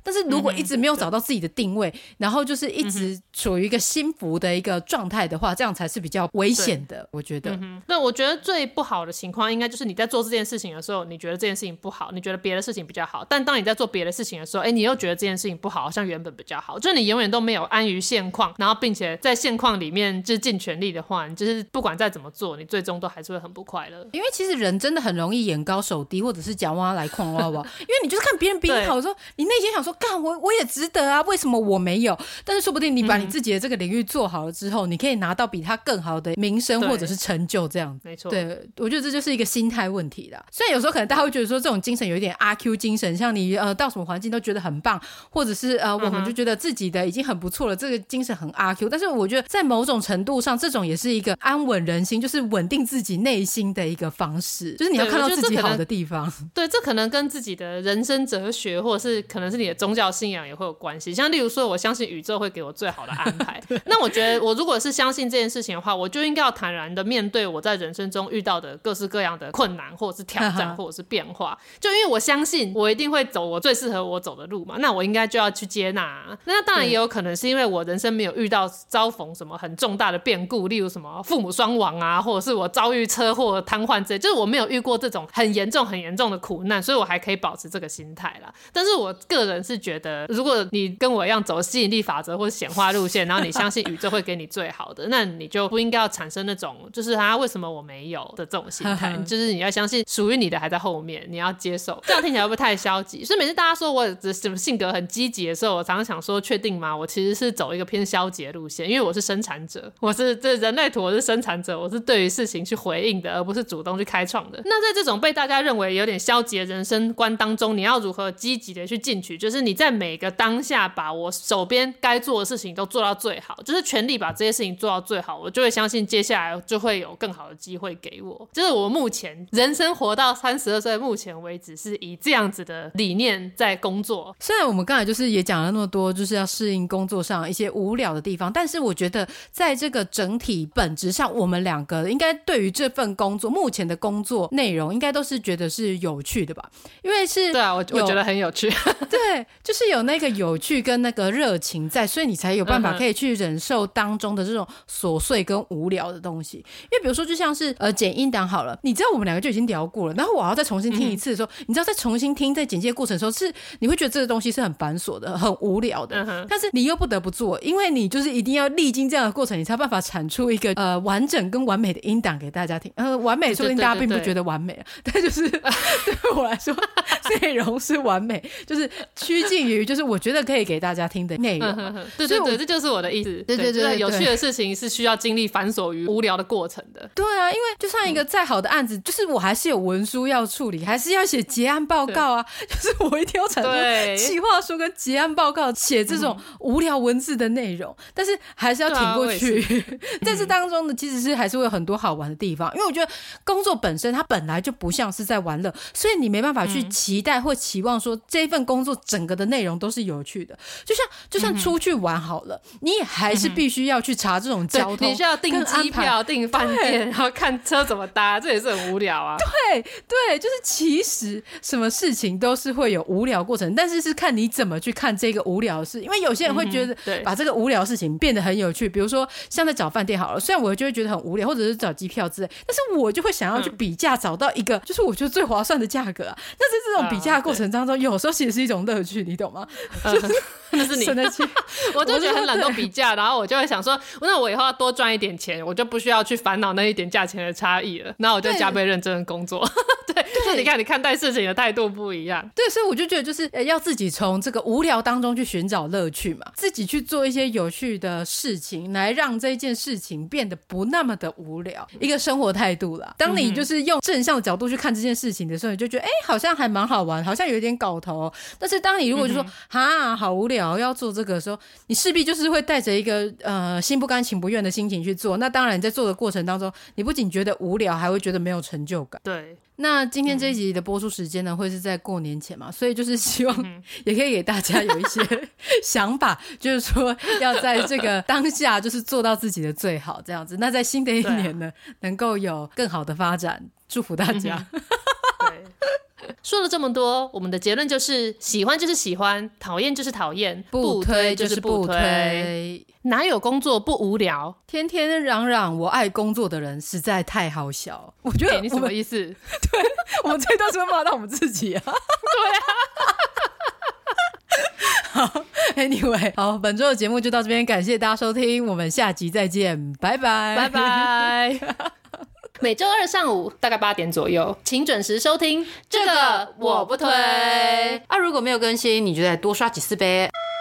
但是如果一直没有找到自己的定位、嗯、然后就是一直处于一个心浮的一个状态的话，这样才是比较危险的，我觉得、 嗯、那我觉得最不好的情况应该就是你在做这件事情的时候，你觉得这件事情不好，你觉得别的事情比较好，但当你在做别的事情的时候，哎，你又觉得这件事情不好，好像原本比较好，就是你永远都没有安于现况，然后并且在现况里面就是尽全力的话，你就是不管再怎么做，你最终都还是会很不快乐。 因为其实人真的很容易眼高手低，或者是讲哇来狂哇哇，因为你就是看别人比你好的时候，你内心想说干我我也值得啊，为什么我没有？但是说不定你把你自己的这个领域做好了之后、嗯、你可以拿到比他更好的名声或者是成就，这样没错。 对，我觉得这就是一个心态问题啦。虽然有时候可能大家会觉得说这种精神有一点阿 Q 精神，像你呃到什么环境都觉得很棒，或者是呃我们就觉得自己的已经很不错了，这个精神很阿 Q。但是我觉得在某种程度上，这种也是一个安稳人心，就是稳定自己内心的一个方式，就是你要看到自己好的地方。 对，这可能跟自己的人生哲学，或者是可能是你的宗教信仰也会有关系。像例如说，我相信宇宙会给我最好的安排。那我觉得，我如果是相信这件事情的话，我就应该要坦然的面对我在人生中遇到的各式各样的困难，或者是挑战，或者是变化。就因为我相信我一定会走我最适合我走的路嘛，那我应该就要去接纳、啊。那当然也有可能是因为我人生没有遇到遭逢什么很重大的变故，例如什么父母双亡啊，或者是我遭遇车祸瘫痪之类，就是我没有遇过这种很严重很严重的苦难，所以我还可以保持这个心态啦。但是我个人是觉得，如果你跟我一样走吸引力法则或者显化路线，然后你相信宇宙会给你最好的，那你就不应该要产生那种就是啊为什么我没有的这种心态就是你要相信属于你的还在后面，你要接受。这样听起来会不会太消极？所以每次大家说我什么性格很积极的时候，我常常想说确定吗？我其实是走一个偏消极的路线，因为我是生产者，我是这人类图，我是生产者，我是对于事情去回应的，而不是主动去开创的。那在这种被大家认为有点消极的人生观当中，你要如何积极的去进取？就是你在每个当下把我手边该做的事情都做到最好，就是全力把这些事情做到最好，我就会相信接下来就会有更好的机会给我。就是我目前人生活到三十二岁目前为止是以这样子的理念在工作。 虽然我们刚才就是也讲了那么多就是要适应工作上一些无聊的地方，但是我觉得在这个整体本质上，我们两个应该对于这份工作目前的工作内容应该都是觉得是有趣的吧。因为是对啊，我我觉得很有趣对，就是有那个有趣跟那个热情在，所以你才有办法可以去忍受当中的这种琐碎跟无聊的东西。因为比如说就像是呃剪音档好了，你知道我们两个就已经聊过了，然后我要再重新听一次的时候、嗯、你知道再重新听在剪接过程的时候，是你会觉得这个东西是很繁琐的很无聊的、嗯、但是你又不得不做，因为你就是一定要历经这样的过程，你才有办法产出一个呃完整跟完美的音档给大家听。呃完美说不定大家并不觉得完美、啊、但就是对我来说内容是完美，就是趋近于就是我觉得可以给大家听的内容、啊嗯、 对对对，这就是我的意思。对对 对, 对, 对, 对，有趣的事情是需要经历繁琐与无聊的过程的。 对啊，因为就像一个再好的案子、嗯、就是我还是有文书要处理，还是要写结案报告啊，就是我一定要产出企划书跟结案报告，写这种无聊文字的内容、嗯、但是还是要挺过去、啊、在这当中呢其实是还是会有很多好玩的地方，因为我觉得工作本身它本来就不像是在玩乐，所以你没办法去期待或期望说这份工作整个的内容都是有趣的。就像就像出去玩好了、嗯、你也还是必须要去查这种交通， 你需要订机票订饭店，然后看车怎么搭，这也是很无聊啊。 对对，就是其实什么事情都是会有无聊过程，但是是看你怎么去看这个无聊的事。因为有些人会觉得把这个无聊的事情变得很有趣、嗯、比如说像在找饭店好了，虽然我就会觉得很无聊，或者是找机票之类，但是我就会想要去比价，找到一个就是我觉得最划算的价格啊。那在这种比价的过程当中、嗯、有时候其实是一种乐趣，你懂吗？ 嗯、就是那是你我就觉得很懒惰比价，然后我就会想说那我以后要多赚一点钱，我就不需要去烦恼那一点价钱的差异了，然后我就加倍认真的工作。 对, 对，就是你看你看待事情的态度不一样。 对，所以我就觉得就是要自己从这个无聊当中去寻找乐趣嘛，自己去做一些有趣的事情来让这件事情变得不那么的无聊，一个生活态度啦。当你就是用正向的角度去看这件事情的时候，你就觉得哎，好像还蛮好玩，好像有一点搞头。但是当你如果就说哈好无聊要做这个的时候，你势必就是会带着一个呃心不甘情不愿的心情去做，那当然你在做的过程当中你不仅觉得无聊，还会觉得没有成就感。 对， 那今天这一集的播出时间呢、嗯、会是在过年前嘛，所以就是希望也可以给大家有一些想法，就是说要在这个当下就是做到自己的最好这样子，那在新的一年呢、啊、能够有更好的发展，祝福大家、 嗯、对说了这么多，我们的结论就是喜欢就是喜欢，讨厌就是讨厌， 不推就是不推。 哪有工作不无聊？ 天天嚷嚷我爱工作的人实在太好笑。我觉得、欸、 你什么意思？ 对，我们这一段是不是骂到我们自己啊？对啊。好 ，Anyway， 好，本周的节目就到这边，感谢大家收听，我们下集再见，拜拜， 拜拜。每周二上午大概八点左右，请准时收听。这个我不推啊！如果没有更新，你就再多刷几次呗。